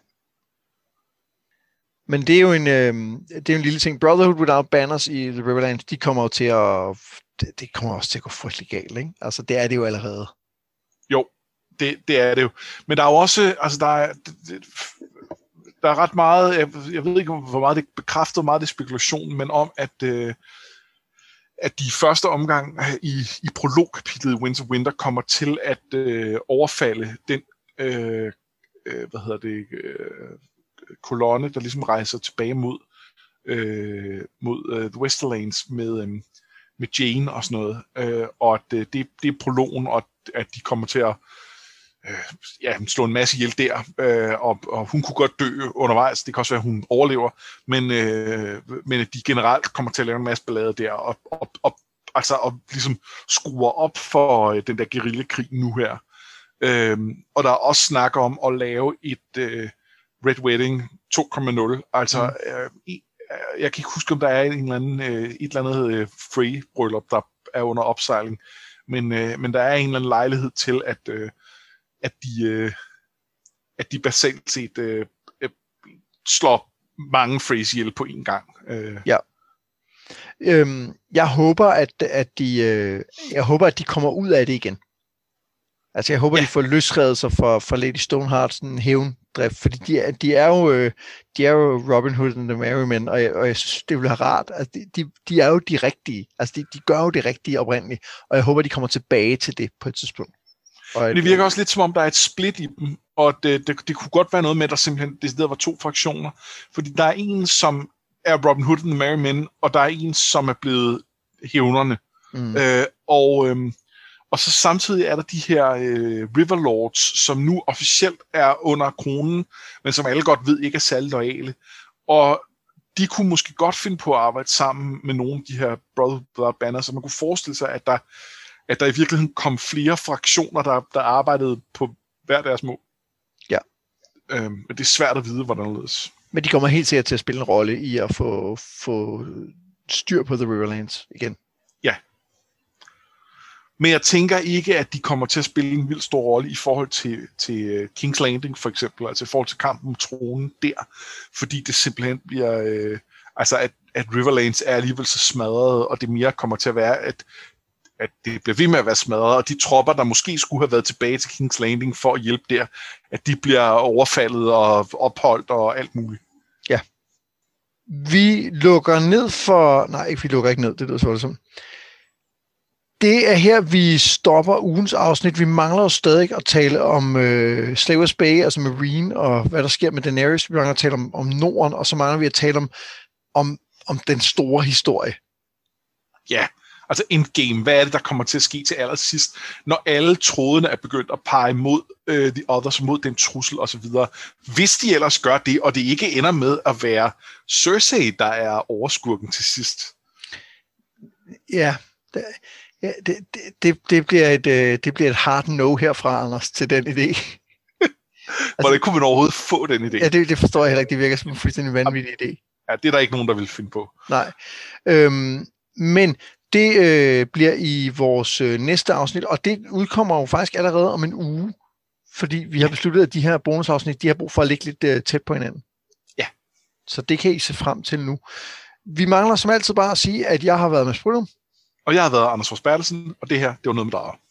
Men det er jo en, øh, det er jo en lille ting. Brotherhood Without Banners i The Riverlands, de kommer jo til at, det, det kommer også til at gå frygtelig galt, ikke? Altså, det er det jo allerede. Jo, det, det er det jo. Men der er jo også, altså, der er, det, der er ret meget, jeg, jeg ved ikke, hvor meget det bekræfter, meget det spekulation, men om, at, øh, at de første omgang i, i prologkapitlet i Winds of Winter kommer til at øh, overfalde den, øh, øh, hvad hedder det, øh, kolonne, der ligesom rejser tilbage mod, øh, mod øh, The Westerlands med, øh, med Jane og sådan noget. Øh, og at øh, det, det er prologen, og at de kommer til at øh, ja, slå en masse ihjel der, øh, og, og hun kunne godt dø undervejs. Det kan også være, at hun overlever, men, øh, men at de generelt kommer til at lave en masse ballade der, og, og, og altså og ligesom skruer op for øh, den der guerillakrig nu her. Øh, og der er også snak om at lave et øh, Red Wedding to punkt nul. Altså, mm. øh, jeg kan ikke huske, om der er en eller anden, øh, et eller andet øh, free-bryllup, der er under opsejling, men, øh, men der er en eller anden lejlighed til, at, øh, at, de, øh, at de basalt set øh, øh, slår mange Freys ihjel på en gang. Øh. Ja. Øhm, jeg håber, at, at de, øh, jeg håber, at de kommer ud af det igen. Altså, jeg håber, ja. de får løsredet sig for, for Lady Stonehearts hævndrift, fordi de er, de er jo øh, de er jo Robin Hood and the Merry Men, og jeg, og jeg synes, det ville have rart. Altså, de, de, de er jo de rigtige. Altså, de, de gør jo det rigtige oprindeligt, og jeg håber, de kommer tilbage til det på et tidspunkt. Og det virker også lidt som om, der er et split i dem, og det, det, det kunne godt være noget med, at der simpelthen decideret var to fraktioner, fordi der er en, som er Robin Hood and the Merry Men, og der er en, som er blevet hævnerne. Mm. Øh, og... Øh, Og så samtidig er der de her øh, Riverlords, som nu officielt er under kronen, men som alle godt ved ikke er særlig loyale. Og de kunne måske godt finde på at arbejde sammen med nogle af de her Brotherhood Without Banners, så man kunne forestille sig, at der, at der i virkeligheden kom flere fraktioner, der, der arbejdede på hver deres mål. Ja. Øhm, men det er svært at vide, hvordan det ledes. Men de kommer helt sikkert til at spille en rolle i at få, få styr på The Riverlands igen. Ja. Men jeg tænker ikke, at de kommer til at spille en vildt stor rolle i forhold til, til King's Landing for eksempel, altså i forhold til kampen om tronen der, fordi det simpelthen bliver, øh, altså at, at Riverlands er alligevel så smadret, og det mere kommer til at være, at, at det bliver ved med at være smadret, og de tropper, der måske skulle have været tilbage til King's Landing for at hjælpe der, at de bliver overfaldet og opholdt og alt muligt. Ja. Vi lukker ned for, nej, ikke vi lukker ikke ned, det lyder så som. Det er her, vi stopper ugens afsnit. Vi mangler jo stadig at tale om øh, Slavers Bay, altså Marine, og hvad der sker med Daenerys. Vi mangler at tale om, om Norden, og så mangler vi at tale om, om, om den store historie. Ja, altså endgame. Hvad er det, der kommer til at ske til allersidst, når alle trådene er begyndt at pege mod øh, The Others, mod den trussel osv. Hvis de ellers gør det, og det ikke ender med at være Cersei, der er overskurken til sidst. Ja, det Ja, det, det, det, bliver et, det bliver et hard no herfra, Anders, til den idé. Altså, hvordan kunne man overhovedet få den idé? Ja, det, det forstår jeg heller ikke. Det virker som en fuldstændig vanvittig idé. Ja, det er der ikke nogen, der vil finde på. Nej. Øhm, men det øh, bliver i vores øh, næste afsnit, og det udkommer jo faktisk allerede om en uge, fordi vi har besluttet, at de her bonusafsnit, de har brug for at ligge lidt øh, tæt på hinanden. Ja. Så det kan I se frem til nu. Vi mangler som altid bare at sige, at jeg har været med Sprydum. Og jeg har været Anders Forsbergelsen, og det her, det var noget med drager.